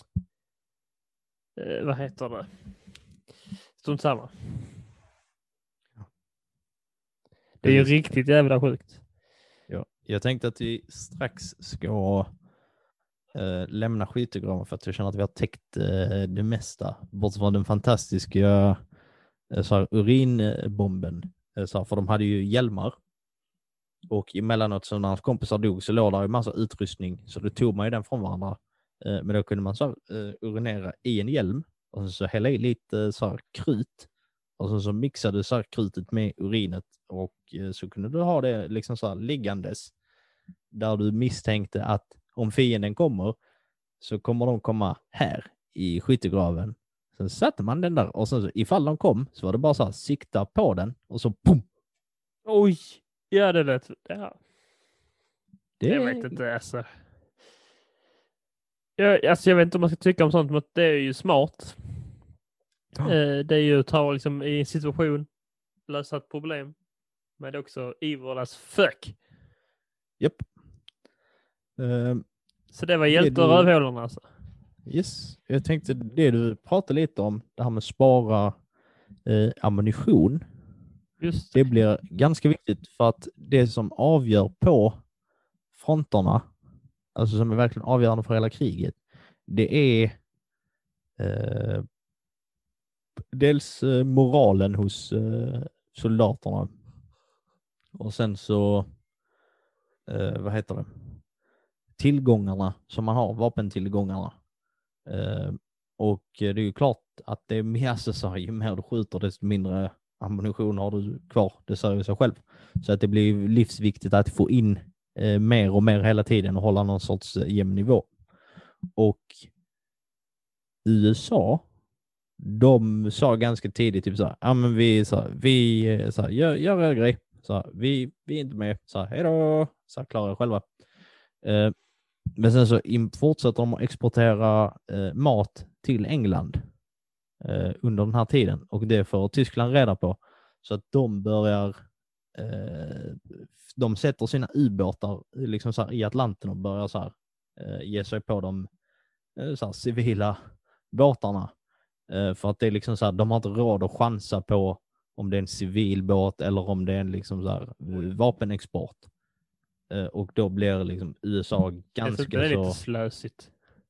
eh, vad heter det? Strunt samma. Det är ju riktigt jävla sjukt. Ja, jag tänkte att vi strax ska äh, lämna skyttegraven för att jag känner att vi har täckt äh, det mesta. Bortsett från den fantastiska äh, så här, urinbomben. Äh, så här, för de hade ju hjälmar. Och emellanåt så när hans kompisar dog så låg där en massa utrustning. Så då tog man ju den från varandra. Äh, men då kunde man så här, äh, urinera i en hjälm. Och så, så hälla i lite så här, krut. Och så, så mixade du så här krutet med urinet och eh, så kunde du ha det liksom så här liggandes där du misstänkte att om fienden kommer så kommer de komma här i skyttegraven. Sen satte man den där och sen så ifall de kom så var det bara så här sikta på den och så pum! Oj, ja det lät, ja. Det Jag vet inte alltså. Jag, alltså jag vet inte om man ska tycka om sånt, men det är ju smart. Ja. Eh, det är ju att ta liksom i en situation, lösa ett problem. Men det är också evil as fuck. Japp. Uh, Så det var Det hjälte och du- rövhålorna alltså. yes, jag tänkte det du pratade lite om, det här med spara eh, ammunition. Just Det blir ganska viktigt för att det som avgör på fronterna, alltså som är verkligen avgörande för hela kriget, det är eh, dels eh, moralen hos eh, soldaterna och sen så eh, vad heter det? Tillgångarna som man har, vapentillgångarna. Eh, och det är ju klart att det är mer så, så ju mer du skjuter desto mindre ammunition har du kvar, det säger ju sig själv. Så att det blir livsviktigt att få in eh, mer och mer hela tiden och hålla någon sorts eh, jämn nivå. Och U S A, de sa ganska tidigt typ så här, ja men vi, så här, vi eh, så här, gör, gör er grej, så här, vi, vi är inte med, så här, hej då, så här, klarar er själva. Eh, men sen så in, fortsätter de att exportera eh, mat till England eh, under den här tiden och det får Tyskland reda på så att de börjar eh, de sätter sina ubåtar liksom så här, i Atlanten och börjar så här, eh, ge sig på de eh, så här, civila båtarna eh, för att det är liksom så här, de har inte råd att chansa på om det är en civil båt eller om det är en liksom så här, vapenexport. Uh, och då blir liksom U S A ganska det är så... lite slösigt.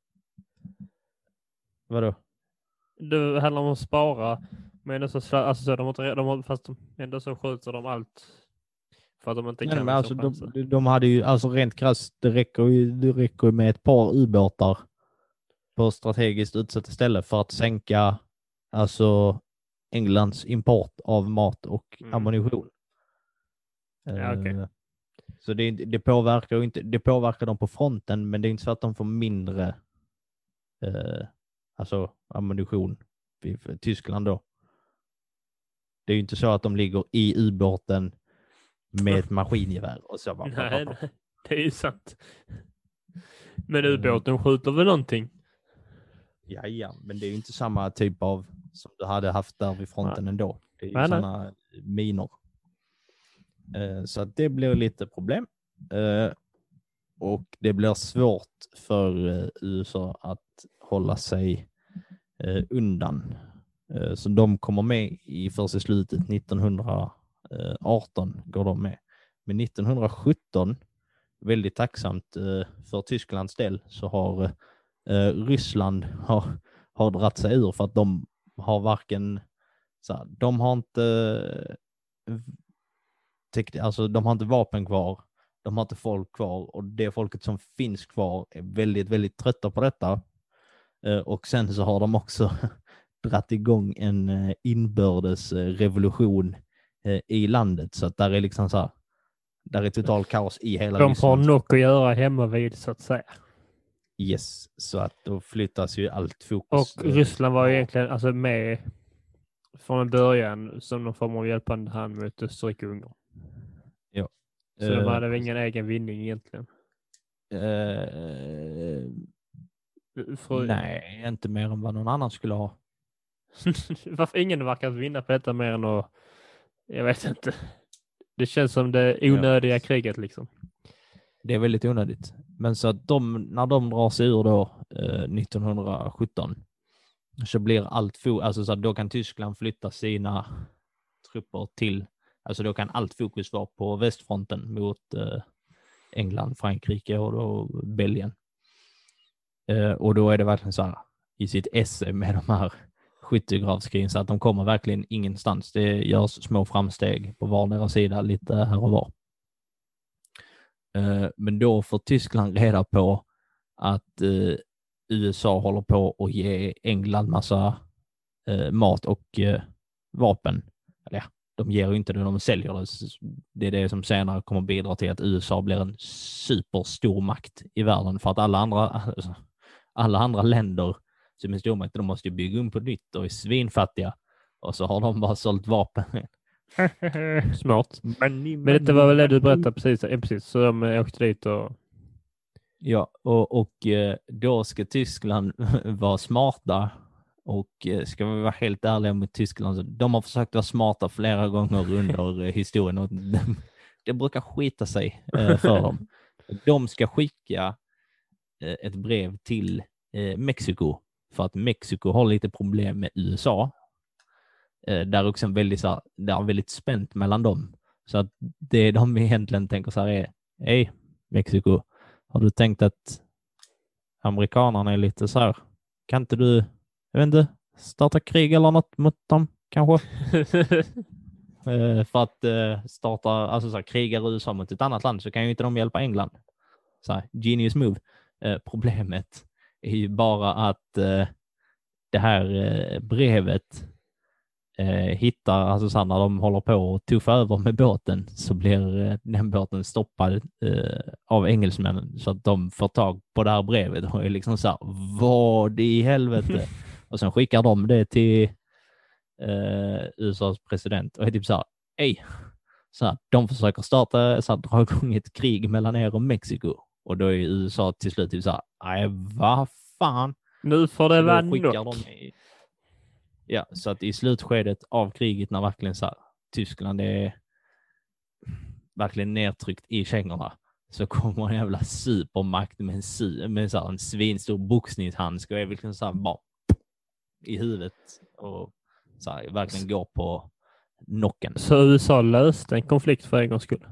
Vadå? Det handlar om att spara. Men ändå så, slö, alltså så de har inte, de har, fast de, ändå så skjuter de allt. För att de inte Nej, kan. men alltså, liksom, de, de hade ju, alltså rent krasst, det räcker ju, det räcker ju med ett par ubåtar på strategiskt utsatta ställen för att sänka alltså Englands import av mat och Mm. ammunition. Ja, okej. Uh, Så det, det påverkar ju inte, det påverkar dem på fronten, men det är inte så att de får mindre eh, alltså ammunition i Tyskland då. Det är ju inte så att de ligger i ubåten med ett maskingevär och så bara. Nej, nej, det är ju sant. Men ubåten skjuter väl någonting? Ja, ja, men det är ju inte samma typ av som du hade haft där vid fronten nej. ändå. Det är ju Nej, nej. sådana minor. Eh, så att det blir lite problem. Eh, och det blir svårt för eh, U S A att hålla sig eh, undan. Eh, så de kommer med i först i slutet nittonhundraarton går de med. Men nittonhundrasjutton, väldigt tacksamt eh, för Tysklands del, så har eh, Ryssland har, har dratt sig ur för att de har varken så här, de har inte alltså de har inte vapen kvar, de har inte folk kvar och det folket som finns kvar är väldigt, väldigt trötta på detta. Eh, och sen så har de också dratt igång en eh, inbördes eh, revolution eh, i landet så att där är liksom så här, där är total kaos i hela De har Ryssland. nog att göra hemma vid så att säga. Yes, så att då flyttas ju allt fokus. Och Ryssland var ju egentligen alltså med från en början som någon form av hjälpande hand mot Österrike och Ungern. Ja. Så de Eh, hade väl ingen egen vinning egentligen. eh, För... nej, inte mer än vad någon annan skulle ha. Varför ingen verkar vinna på detta mer än att... Jag vet inte. Det känns som det onödiga Ja. kriget liksom. Det är väldigt onödigt. Men så att de, när de drar sig ur då eh, nittonhundrasjutton så blir allt fo- alltså så att då kan Tyskland flytta sina trupper till, alltså då kan allt fokus vara på västfronten mot eh, England, Frankrike och då Belgien. Eh, och då är det verkligen så här i sitt esse med de här skyttegravskrigen så att de kommer verkligen ingenstans. Det görs små framsteg på vardera sida lite här och var. Eh, men då får Tyskland reda på att eh, U S A håller på att ge England massa eh, mat och eh, vapen. Eller ja, de ger ju inte det, de säljer det. Det är det som senare kommer bidra till att U S A blir en superstor makt i världen för att alla andra, alltså, alla andra länder som är stormakt, de måste ju bygga um på nytt och är svinfattiga och så har de bara sålt vapen. Smart. Money, Men detta var väl det du berättade precis. Ja, precis. Så de åkte dit och... Ja, och, och eh, då ska Tyskland vara smarta och eh, ska vi vara helt ärliga mot Tyskland, så de har försökt vara smarta flera gånger under eh, historien och det, det brukar skita sig eh, för dem. De ska skicka eh, ett brev till eh, Mexiko för att Mexiko har lite problem med U S A. Eh, där också en väldigt, så här, det är väldigt spänt mellan dem. Så att det de egentligen tänker så här är, hej Mexiko, har du tänkt att amerikanerna är lite så här, kan inte du, jag vet inte, starta krig eller något mot dem kanske? eh, för att eh, starta, alltså så här, krigar U S A mot ett annat land så kan ju inte de hjälpa England. Så här, genius move. Eh, problemet är ju bara att eh, det här eh, brevet eh, hittar, alltså så här, när de håller på att tuffa över med båten så blir eh, den båten stoppad eh, av engelsmännen så att de får tag på det här brevet och är liksom så här, vad i helvete? Och sen skickar de det till eh, U S A:s president och är typ så här, hej, så här, de försöker starta, så här, dra igång ett krig mellan er och Mexiko. Och då är U S A till slut typ så här, nej, vad fan? Nu får det vara nog. Ja, så att i slutskedet av kriget när verkligen så här, Tyskland är verkligen nedtryckt i kängorna så kommer en jävla supermakt med en, med så här, en svinstor boxningshandske och är verkligen så här bara i huvudet och så här, verkligen går på nocken. Så U S A löste en konflikt för en gångs skull?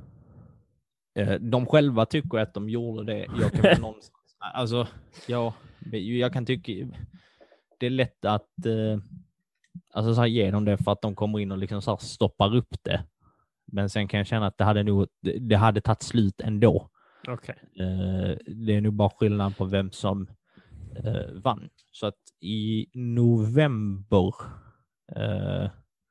De själva tycker att de gjorde det. Jag kan väl någonstans, alltså, ja, jag kan tycka det är lätt att eh, alltså så här, ge dem det för att de kommer in och liksom så här stoppar upp det. Men sen kan jag känna att det hade nog det, det hade tagit slut ändå. Okay. Eh, det är nog bara skillnad på vem som eh, vann. Så att i november eh,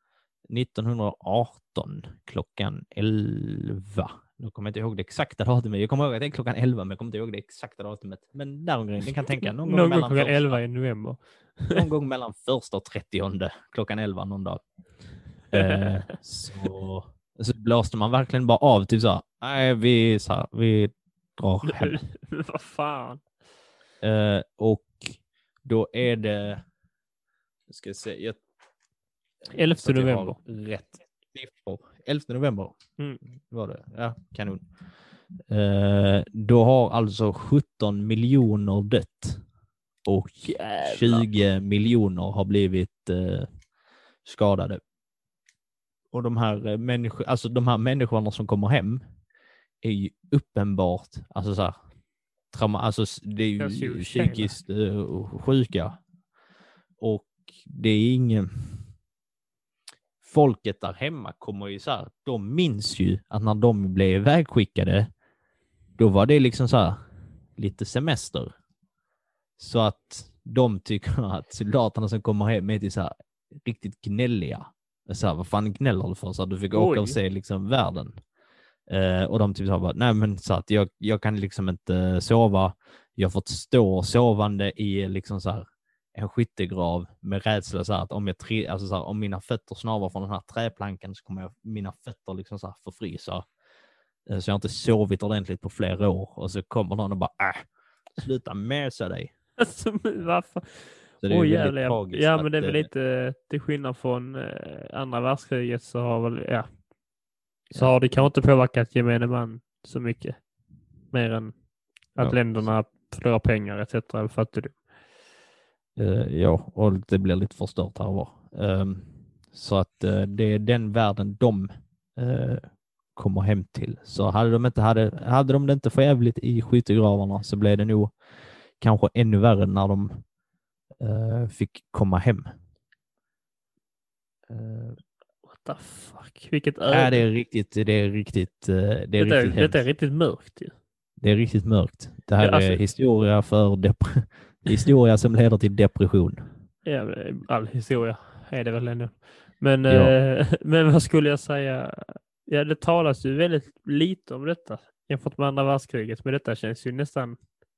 nittonhundraarton klockan elva. Nu kommer jag inte ihåg det exakta datumet. Jag kommer ihåg att det är klockan elva, men jag kommer inte ihåg det exakta datumet. Men däromkring, ni kan tänka någon gång, någon mellan klockan första, elva i november. någon gång mellan första och trettionde klockan elva någon dag. Eh, så, så blåste man verkligen bara av typ så här, nej, vi, så här, vi drar hem. Vad fan? Eh, och då är det, jag ska se, jag, elfte november. Rätt siffror. elfte november Mm. var det. Ja, kanon. Eh, då har alltså sjutton miljoner dött och Jävlar. tjugo miljoner har blivit eh, skadade. Och de här eh, människor, alltså de här människorna som kommer hem är ju uppenbart, alltså så här, trauma, alltså det är ju ju psykiskt eh, sjuka. Och det är ingen folket där hemma kommer ju så här, de minns ju att när de blev ivägskickade då var det liksom så här lite semester. Så att de tycker att soldaterna som kommer hem är så här riktigt gnälliga. Så här, vad fan gnäller du för? Så att du fick åka Oj. och se liksom världen. Eh, och de typ så här bara, nej men så att jag, jag kan liksom inte sova. Jag har fått stå sovande i liksom så här en skyttegrav med rädsla så här, att om, jag tri, alltså så här, om mina fötter snavar från den här träplankan så kommer jag, mina fötter liksom så här förfrysa. Så jag har inte sovit ordentligt på flera år. Och så kommer någon och bara, äh, sluta mäsa dig. Alltså, varför? Så det är Oj, väldigt jävlar. tragiskt. Ja, men att, det är väl eh, lite till skillnad från eh, andra världskriget så har väl, ja. Så Ja. har det kanske inte påverkat gemene man så mycket. Mer än att Ja. länderna förlorar pengar et cetera eller fattigdom. eh, ja, och det blir lite förstört här och var. Um, så att eh, det är den världen de eh, kommer hem till. Så hade de inte hade, hade de det inte för jävligt i skyttegravarna så blev det nog kanske ännu värre när de eh, fick komma hem. Eh, What the fuck? Vilket öde. Ja, det är riktigt, det är riktigt, eh, det är detta, riktigt är, hemskt. detta är riktigt mörkt ju. Det är riktigt mörkt. Det här Ja, alltså- är historia för dep- historia som leder till depression. Ja, all historia är det väl ändå. Men, Ja. eh, men vad skulle jag säga? Ja, det talas ju väldigt lite om detta jämfört med andra världskriget. Men detta känns ju nästan,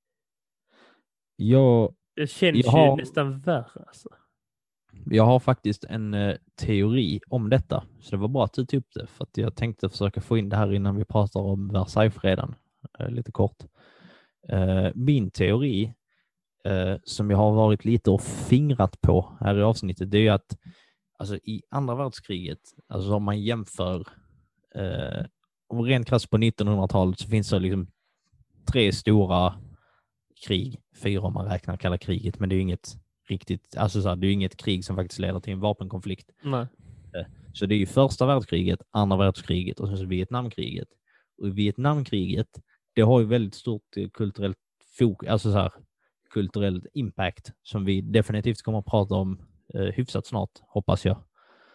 Jag, det känns Jag har- ju nästan värre alltså. jag har faktiskt en eh, teori om detta. Så det var bra att du tog upp det. För att jag tänkte försöka få in det här innan vi pratar om Versaillesfreden. Eh, lite kort. Eh, min teori eh, som jag har varit lite och fingrat på här i avsnittet, det är ju att alltså, i andra världskriget, alltså om man jämför eh, och rent krasst på nittonhundratalet så finns det liksom tre stora krig, fyra om man räknar kalla kriget, men det är ju inget riktigt, alltså så här, det är ju inget krig som faktiskt leder till en vapenkonflikt. Nej. Så det är ju första världskriget, andra världskriget och sen så Vietnamkriget. Och i Vietnamkriget, det har ju väldigt stort eh, kulturellt fokus, alltså så här, kulturellt impact som vi definitivt kommer att prata om eh, hyfsat snart, hoppas jag.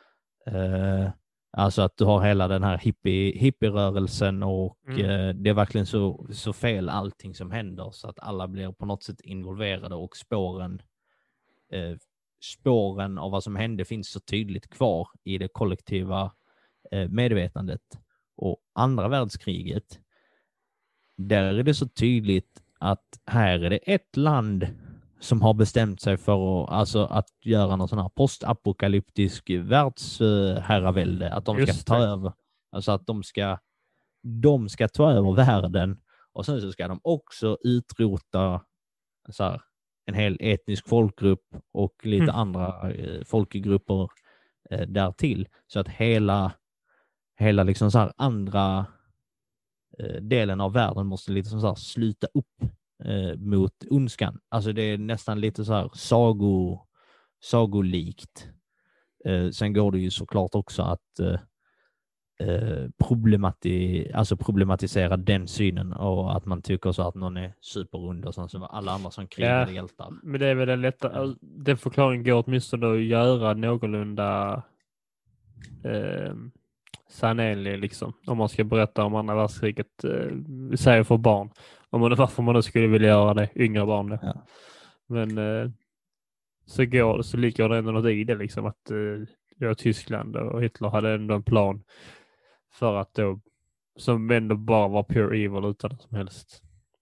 Eh, alltså att du har hela den här hippie, hippierörelsen och Mm. eh, det är verkligen så, så fel allting som händer så att alla blir på något sätt involverade och spåren eh, spåren av vad som hände finns så tydligt kvar i det kollektiva eh, medvetandet. Och andra världskriget, där är det så tydligt att här är det ett land som har bestämt sig för att, alltså, att göra någon sån här postapokalyptisk världsherravälde. Att de ska Just ta det. över, alltså att de ska, de ska ta över världen och sen så ska de också utrota så här, en hel etnisk folkgrupp och lite Mm. andra eh, folkgrupper eh, därtill. Så att hela, hela liksom så här andra eh, delen av världen måste lite så här sluta upp eh, mot ondskan. Alltså det är nästan lite så här sago, sagolikt. Eh, sen går det ju såklart också att eh, eh, problemati alltså problematisera den synen och att man tycker så att någon är superund och sånt som alla andra som krigar Ja. hjältar. Men det är väl den lätta, den förklaringen går åtminstone att göra någorlunda eh, sannenlig liksom. Om man ska berätta om andra världskriget, eh, vi säger för barn. Om man, varför man då skulle vilja göra det, yngre barn då. Ja. Men eh, så, går, så ligger det ändå något i det liksom att eh, ja, Tyskland och Hitler hade ändå en plan för att då, som ändå bara var pure evil utan det som helst.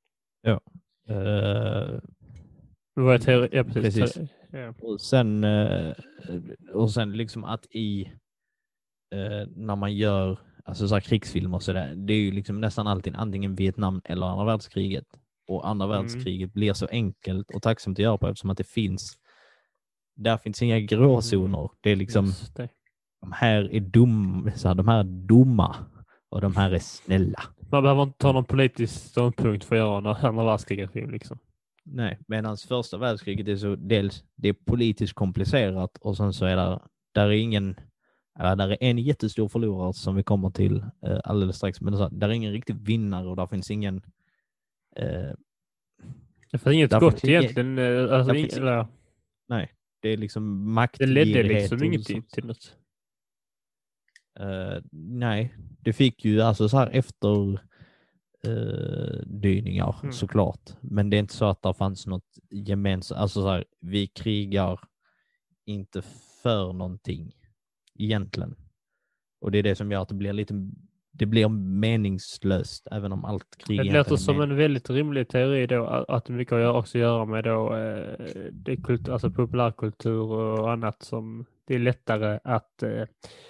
Eh, Vad är teori? Ja, precis. Precis. Ja. och sen eh, och sen liksom att i eh, när man gör alltså så här krigsfilmer och sådär, det är ju liksom nästan alltid antingen Vietnam eller andra världskriget. Och andra Mm. världskriget blir så enkelt och tacksamt att göra på eftersom att det finns där finns inga gråzoner. Det är liksom Just det. de här är dum, så här, de här är dumma och de här är snälla. Man behöver inte ta någon politisk ståndpunkt för att göra en andra världskriget-film liksom. Nej, medan första världskriget är så dels det är politiskt komplicerat och sen så är där, där är ingen ja, där är en jättestor förlorare som vi kommer till eh, alldeles strax, men så, där är ingen riktig vinnare och där finns ingen eh, Det finns inget Där gott finns inget- egentligen. eh, Alltså, där ing, finns eller, nej, det är liksom det maktgirighet. ledde liksom och inget så- till något. Eh, nej, det fick ju alltså så här efter eh, dyningar Mm. såklart. Men det är inte så att det fanns något gemensamt. Alltså så här, vi krigar inte för någonting egentligen. Och det är det som gör att det blir lite det blir meningslöst även om allt krig Det egentligen låter är som men- en väldigt rimlig teori då, att att det mycket har också att göra med då, eh, det kult, alltså populärkultur och annat som det är lättare att eh,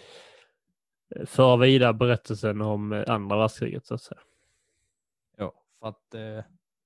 föra vidare berättelsen om eh, andra världskriget så att säga. Ja, för att eh,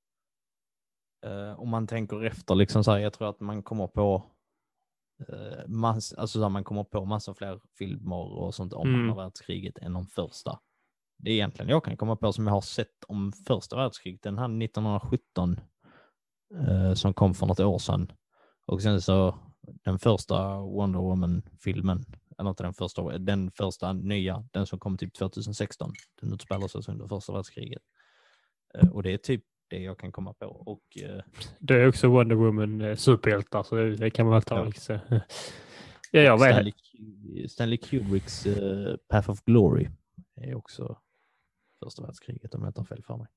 eh, om man tänker efter liksom så här, jag tror att man kommer på eh, mass, alltså så här, man kommer på massa fler filmer och sånt om Mm. andra världskriget än om första. Det är egentligen jag kan komma på som jag har sett om första världskriget, den här nittonhundrasjutton eh, som kom för något år sedan. Och sen så den första Wonder Woman-filmen, eller inte den första, den första nya, den som kom typ tjugohundrasexton. Den utspelar sig under första världskriget. Eh, och det är typ det jag kan komma på. Och eh, Det är också Wonder Woman eh, superhjältar så det, det kan man väl ta Ja. liksom. Ja, jag vet. Stanley, Stanley Kubricks eh, Path of Glory är också första världskriget om jag tar fel för mig.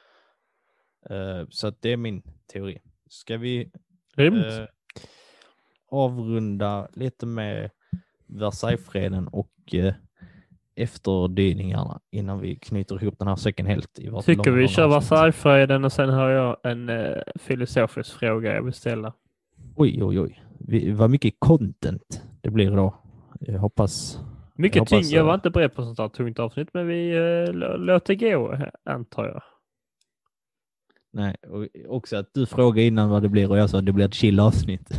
Eh, så att det är min teori. Ska vi Rimligt. eh, avrunda lite med Versaillesfreden och eh, efterdyningarna innan vi knyter ihop den här säcken helt i vårt Tycker långa, vi långa kör avsnitt. Versaillesfreden och sen har jag en eh, filosofisk fråga jag vill ställa. Oj, oj, oj. Vi, vad mycket content det blir då. Jag hoppas... Mycket Jag hoppas, ting. Jag var eh, inte beredd på sånt här tungt avsnitt, men vi eh, lå- låter gå, antar jag. Nej, och också att du frågade innan vad det blir och jag sa att det blir ett chill avsnitt.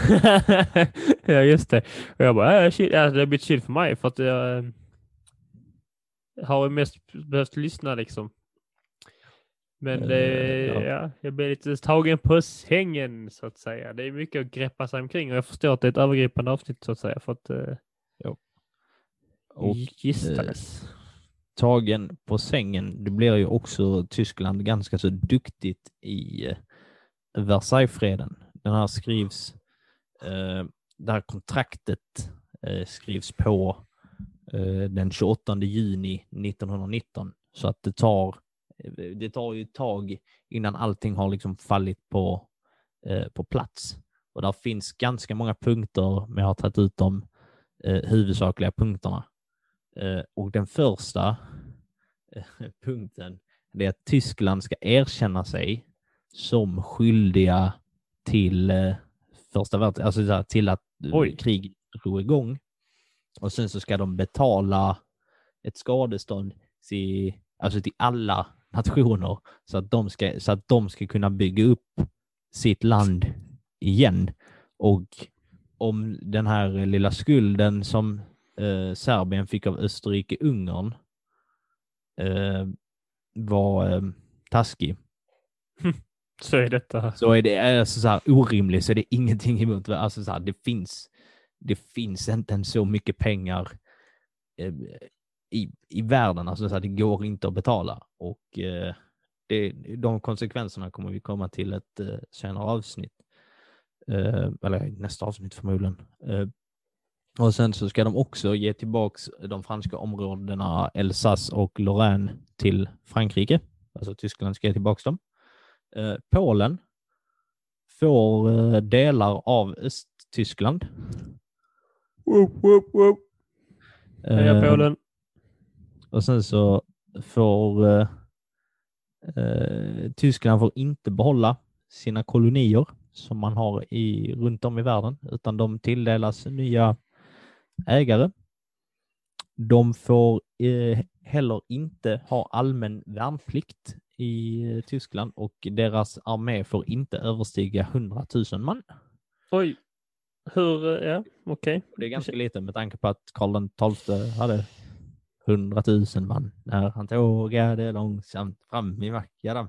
Ja, just det. Och jag bara, äh, chill. Ja, det blir chill för mig för att jag eh, har ju mest behövt lyssna liksom. Men Eh, det, ja. ja, jag blir lite tagen på sängen så att säga. Det är mycket att greppa sig omkring och jag förstår att det är ett övergripande avsnitt så att säga för att eh, Och gistades. tagen på sängen, det blir ju också Tyskland ganska så duktigt i eh, Versaillesfreden. Den här skrivs, eh, det här kontraktet eh, skrivs på eh, den tjugoåttonde juni nittonhundranitton. Så att det tar, det tar ju ett tag innan allting har liksom fallit på, eh, på plats. Och där finns ganska många punkter, men jag har tagit ut de eh, huvudsakliga punkterna. Eh, och den första eh, punkten är att Tyskland ska erkänna sig som skyldiga till eh, första världskriget, alltså så här, till att Oj. krig drog igång. Och sen så ska de betala ett skadestånd till, alltså till alla nationer så att de ska, så att de ska kunna bygga upp sitt land igen. Och om den här lilla skulden som eh, Serbien fick av Österrike-Ungern eh, var eh, taskig, Så är detta. så är det alltså så här orimligt, så är det ingenting emot. Alltså så här, det finns det finns inte en så mycket pengar eh, i, i världen, alltså så här, det går inte att betala. Och eh, det, de konsekvenserna kommer vi komma till ett eh, senare avsnitt. Eh, eller nästa avsnitt förmodligen. Eh, och sen så ska de också ge tillbaks de franska områdena Alsace och Lorraine till Frankrike. Alltså Tyskland ska ge tillbaks dem. Eh, Polen får eh, delar av Östtyskland. Woop, woop, woop. Heja Eh, Polen. och sen så får eh, eh, Tyskland får inte behålla sina kolonier som man har i, runt om i världen, utan de tilldelas nya ägare. De får eh, heller inte ha allmän värnplikt i eh, Tyskland och deras armé får inte överstiga hundratusen man. Oj. Hur, eh, ja, okej. Det är ganska lite med tanke på att Karl den tolfte hade hundratusen man när han tågade långsamt fram i Macadam.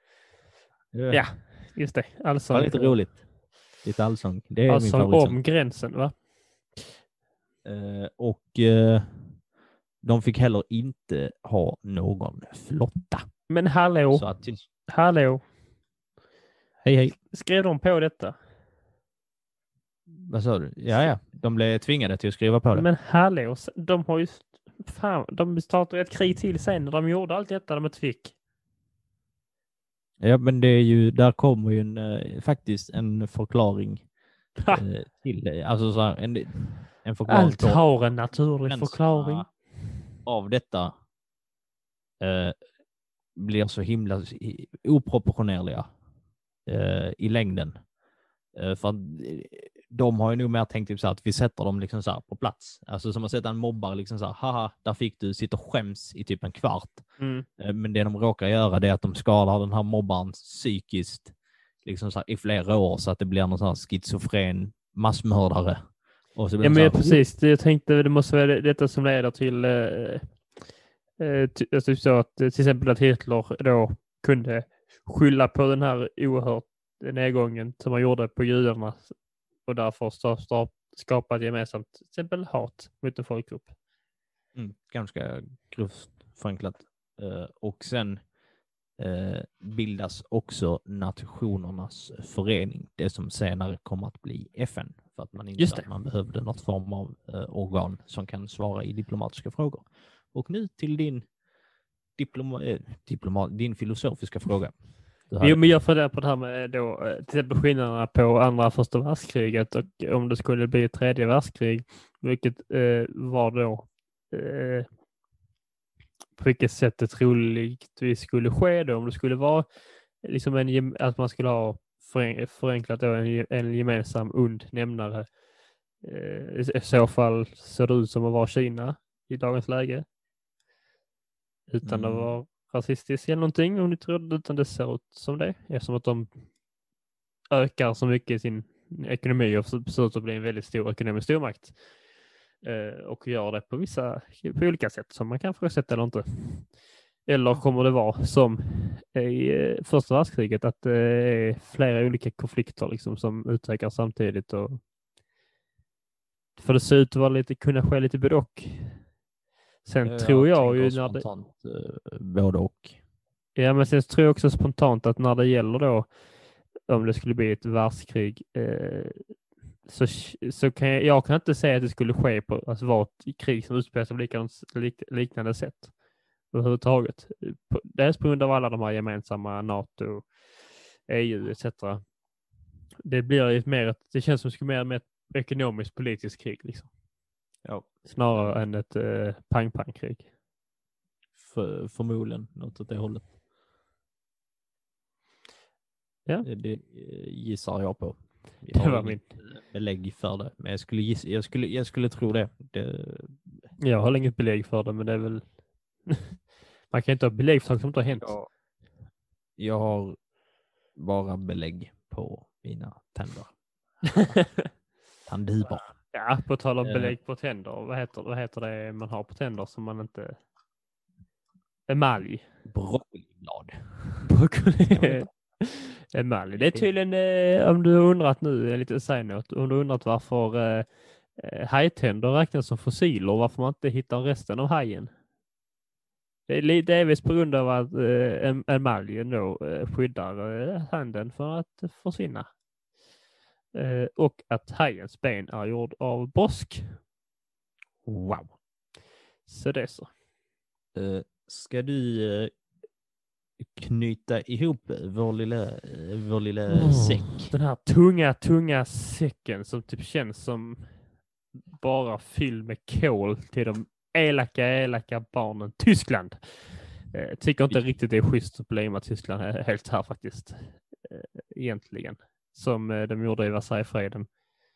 Ja, just det. Det Alltså, var lite roligt. Lite allsång. Det är min alltså favoritsång. om gränsen, va? Eh, och eh, de fick heller inte ha någon flotta. Men hallå, Så att, hallå. hej hej. Skrev de på detta? Vad sa du? Ja, ja. De blev tvingade till att skriva på det. Men hallå, de har ju fan, de startade ett krig till sen när de gjorde allt detta de inte fick. Ja, men det är ju, där kommer ju en, eh, faktiskt en förklaring Ha! eh, till det. Alltså så här, en, en förklaring Allt på har en naturlig gränserna förklaring. av detta eh, blir så himla oproportionerliga eh, i längden. Eh, för att de har ju nog mer tänkt typ så här, att vi sätter dem liksom så här på plats. Alltså som att sätta en mobbare liksom så här, haha, där fick du, sitta och skäms i typ en kvart. Mm. Eh, men det de råkar göra det är att de skadar den här mobbaren psykiskt liksom så här, i flera år så att det blir någon sån här schizofren massmördare. Och så blir Ja, det men så här, precis. Jag tänkte det måste vara detta som leder till eh, eh, ty, alltså, så att till exempel att Hitler då kunde skylla på den här oerhört nedgången som man gjorde på judarna och därför stå, stå, skapa ett gemensamt till exempel hat mot en folkgrupp. Mm, ganska grovt förenklat. Uh, och sen uh, bildas också Nationernas förening, det som senare kommer att bli F N, för att man insåg att man behövde något form av uh, organ som kan svara i diplomatiska frågor. Och nu till din diploma, äh, diploma, din filosofiska fråga. Jo, men jag funderar på det här med då, till exempel skillnaderna på andra och första världskriget och om det skulle bli ett tredje världskrig, vilket eh, var då eh, på vilket sätt det troligtvis skulle ske då, om det skulle vara liksom en, att man skulle ha förenklat då en, en gemensam und nämnare. Eh, I så fall ser det ut som att vara Kina i dagens läge. Utan mm. att vara rasistiskt eller någonting, om ni tror det, utan det ser ut som det. Eftersom att de ökar så mycket i sin ekonomi och ser ut att bli en väldigt stor ekonomisk stormakt. Eh, och gör det på vissa, på olika sätt som man kan ifrågasätta eller inte. Eller kommer det vara som i eh, första världskriget att det eh, är flera olika konflikter liksom, som utvecklas samtidigt. Och för det ser ut att vara lite, kunna ske lite både och. Sen jag tror jag ju när det... Uh, både och. Ja, men sen tror jag också spontant att när det gäller då om det skulle bli ett världskrig eh, så, så kan jag, jag kan inte säga att det skulle ske på alltså vara ett krig som utspelar sig på liknande, lik, liknande sätt överhuvudtaget. Dels på grund av alla de här gemensamma NATO, E U et cetera. Det blir ju mer, det känns som det skulle mer med ett ekonomiskt politiskt krig liksom. Ja. Snarare än ett eh, pang-pang-krig. För, förmodligen något åt det hållet. Ja. Det, det gissar jag på. Jag det var min belägg för det. Men jag skulle, gissa, jag skulle, jag skulle tro det. det. Jag har inget belägg för det, men det är väl... Man kan inte ha belägg för saker som inte har hänt. Jag, jag har bara belägg på mina tänder. Tandhyper. Ja, på tal om belägg på tänder. Vad heter, vad heter det man har på tänder som man inte... Emalj. Broccoliblad. Broccoli. Emalj. Det är tydligen, eh, om du undrat nu, en liten side-note, om du undrat varför eh, hajtänder räknas som fossiler och varför man inte hittar resten av hajen. Det är delvis på grund av att eh, emaljen då eh, skyddar eh, handen för att försvinna. Eh, och att hajens ben är gjord av brosk. Wow. Så det är så. Uh, ska du uh, knyta ihop vår lilla, uh, vår lilla oh, säck? Den här tunga, tunga säcken som typ känns som bara fylld med kol till de elaka, elaka barnen. Tyskland. Uh, tycker inte riktigt det är schysst att bli med Tyskland är helt här faktiskt. Uh, egentligen. Som uh, de gjorde i Versaillesfreden.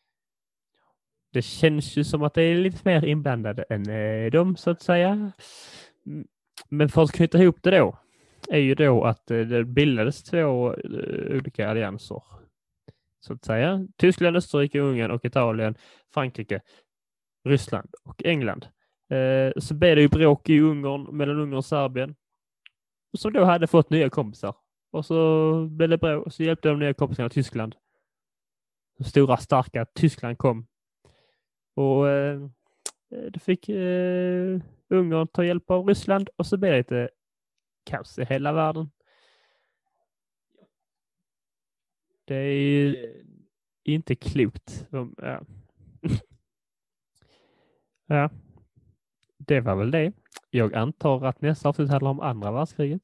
Det känns ju som att det är lite mer inblandade än uh, dem så att säga. Men för att knyta ihop det då är ju då att det bildades två olika allianser. Så att säga. Tyskland, Österrike, Ungern och Italien, Frankrike, Ryssland och England. Eh, så blev det ju bråk i Ungern mellan Ungern och Serbien. Som då hade fått nya kompisar. Och så blev det bråk och så hjälpte de nya kompisarna Tyskland. Det stora, starka Tyskland kom. Och eh, det fick eh, Ungern ta hjälp av Ryssland och så blev det lite kaos i hela världen. Det är ju inte klokt. Ja. Ja. Det var väl det. Jag antar att nästa avsnitt handlar om andra världskriget.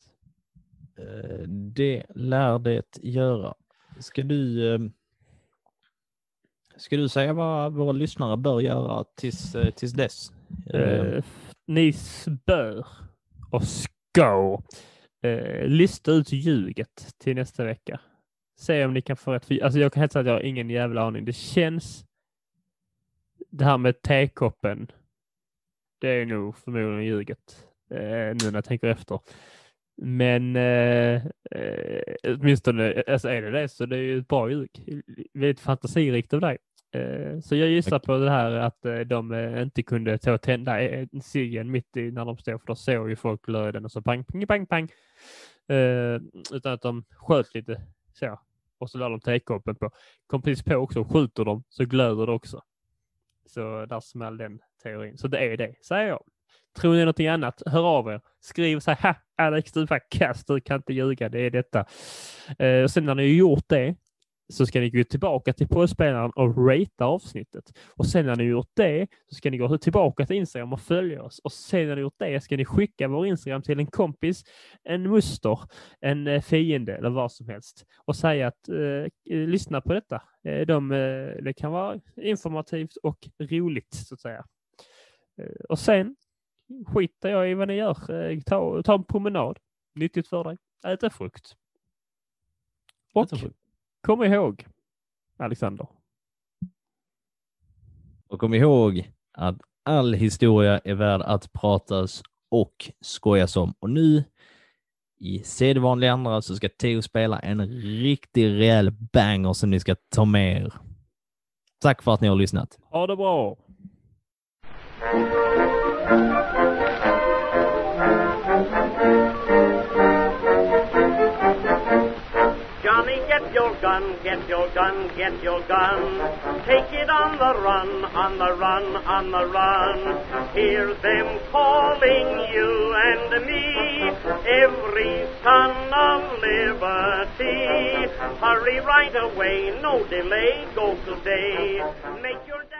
Det lär det göra. Ska du... Ska du säga vad våra lyssnare bör göra tills, tills dess? Uh, ni bör och go! Eh, lista ut ljuget till nästa vecka. Se om ni kan få rätt. Alltså jag kan helt säga att jag har ingen jävla aning. Det känns... Det här med tekoppen. Det är nog förmodligen ljuget. Eh, nu när jag tänker efter. Men eh, eh, åtminstone, alltså är det det så det är ju ett bra ljug. Väldigt fantasirikt av dig. Eh, så jag gissar Tack. på det här att eh, de eh, inte kunde ta och tända ciggen mitt i när de stod, för då såg ju folk glöden och så pang, pang, pang, pang. Eh, utan att de sköt lite så. Och så la de tekoppen på. Kom precis på också och skjuter dem så glöder det också. Så där smäll den teorin. Så det är det, säger jag. Tror ni någonting annat? Hör av er. Skriv så här, Alex, du är kast, du kan inte ljuga, det är detta. Eh, och sen när ni har gjort det så ska ni gå tillbaka till poddspelaren och ratea avsnittet. Och sen när ni har gjort det så ska ni gå tillbaka till Instagram och följa oss. Och sen när ni har gjort det ska ni skicka vår Instagram till en kompis, en muster, en fiende eller vad som helst. Och säga att eh, lyssna på detta. Eh, de, eh, det kan vara informativt och roligt så att säga. Eh, och sen skiter jag i vad ni gör. Eh, ta, ta en promenad. Nyttigt för dig. Äta frukt. Och Äta frukt. Kom ihåg, Alexander. Och kom ihåg att all historia är värd att pratas och skojas om. Och nu, i sedvanliga andra, så ska Theo spela en riktig rejäl banger som ni ska ta med er. Tack för att ni har lyssnat. Ha det bra! Johnny, get your gun, get your gun, get your gun. Take it on the run, on the run, on the run. Hear them calling you and me, every son of liberty. Hurry right away, no delay, go today. Make your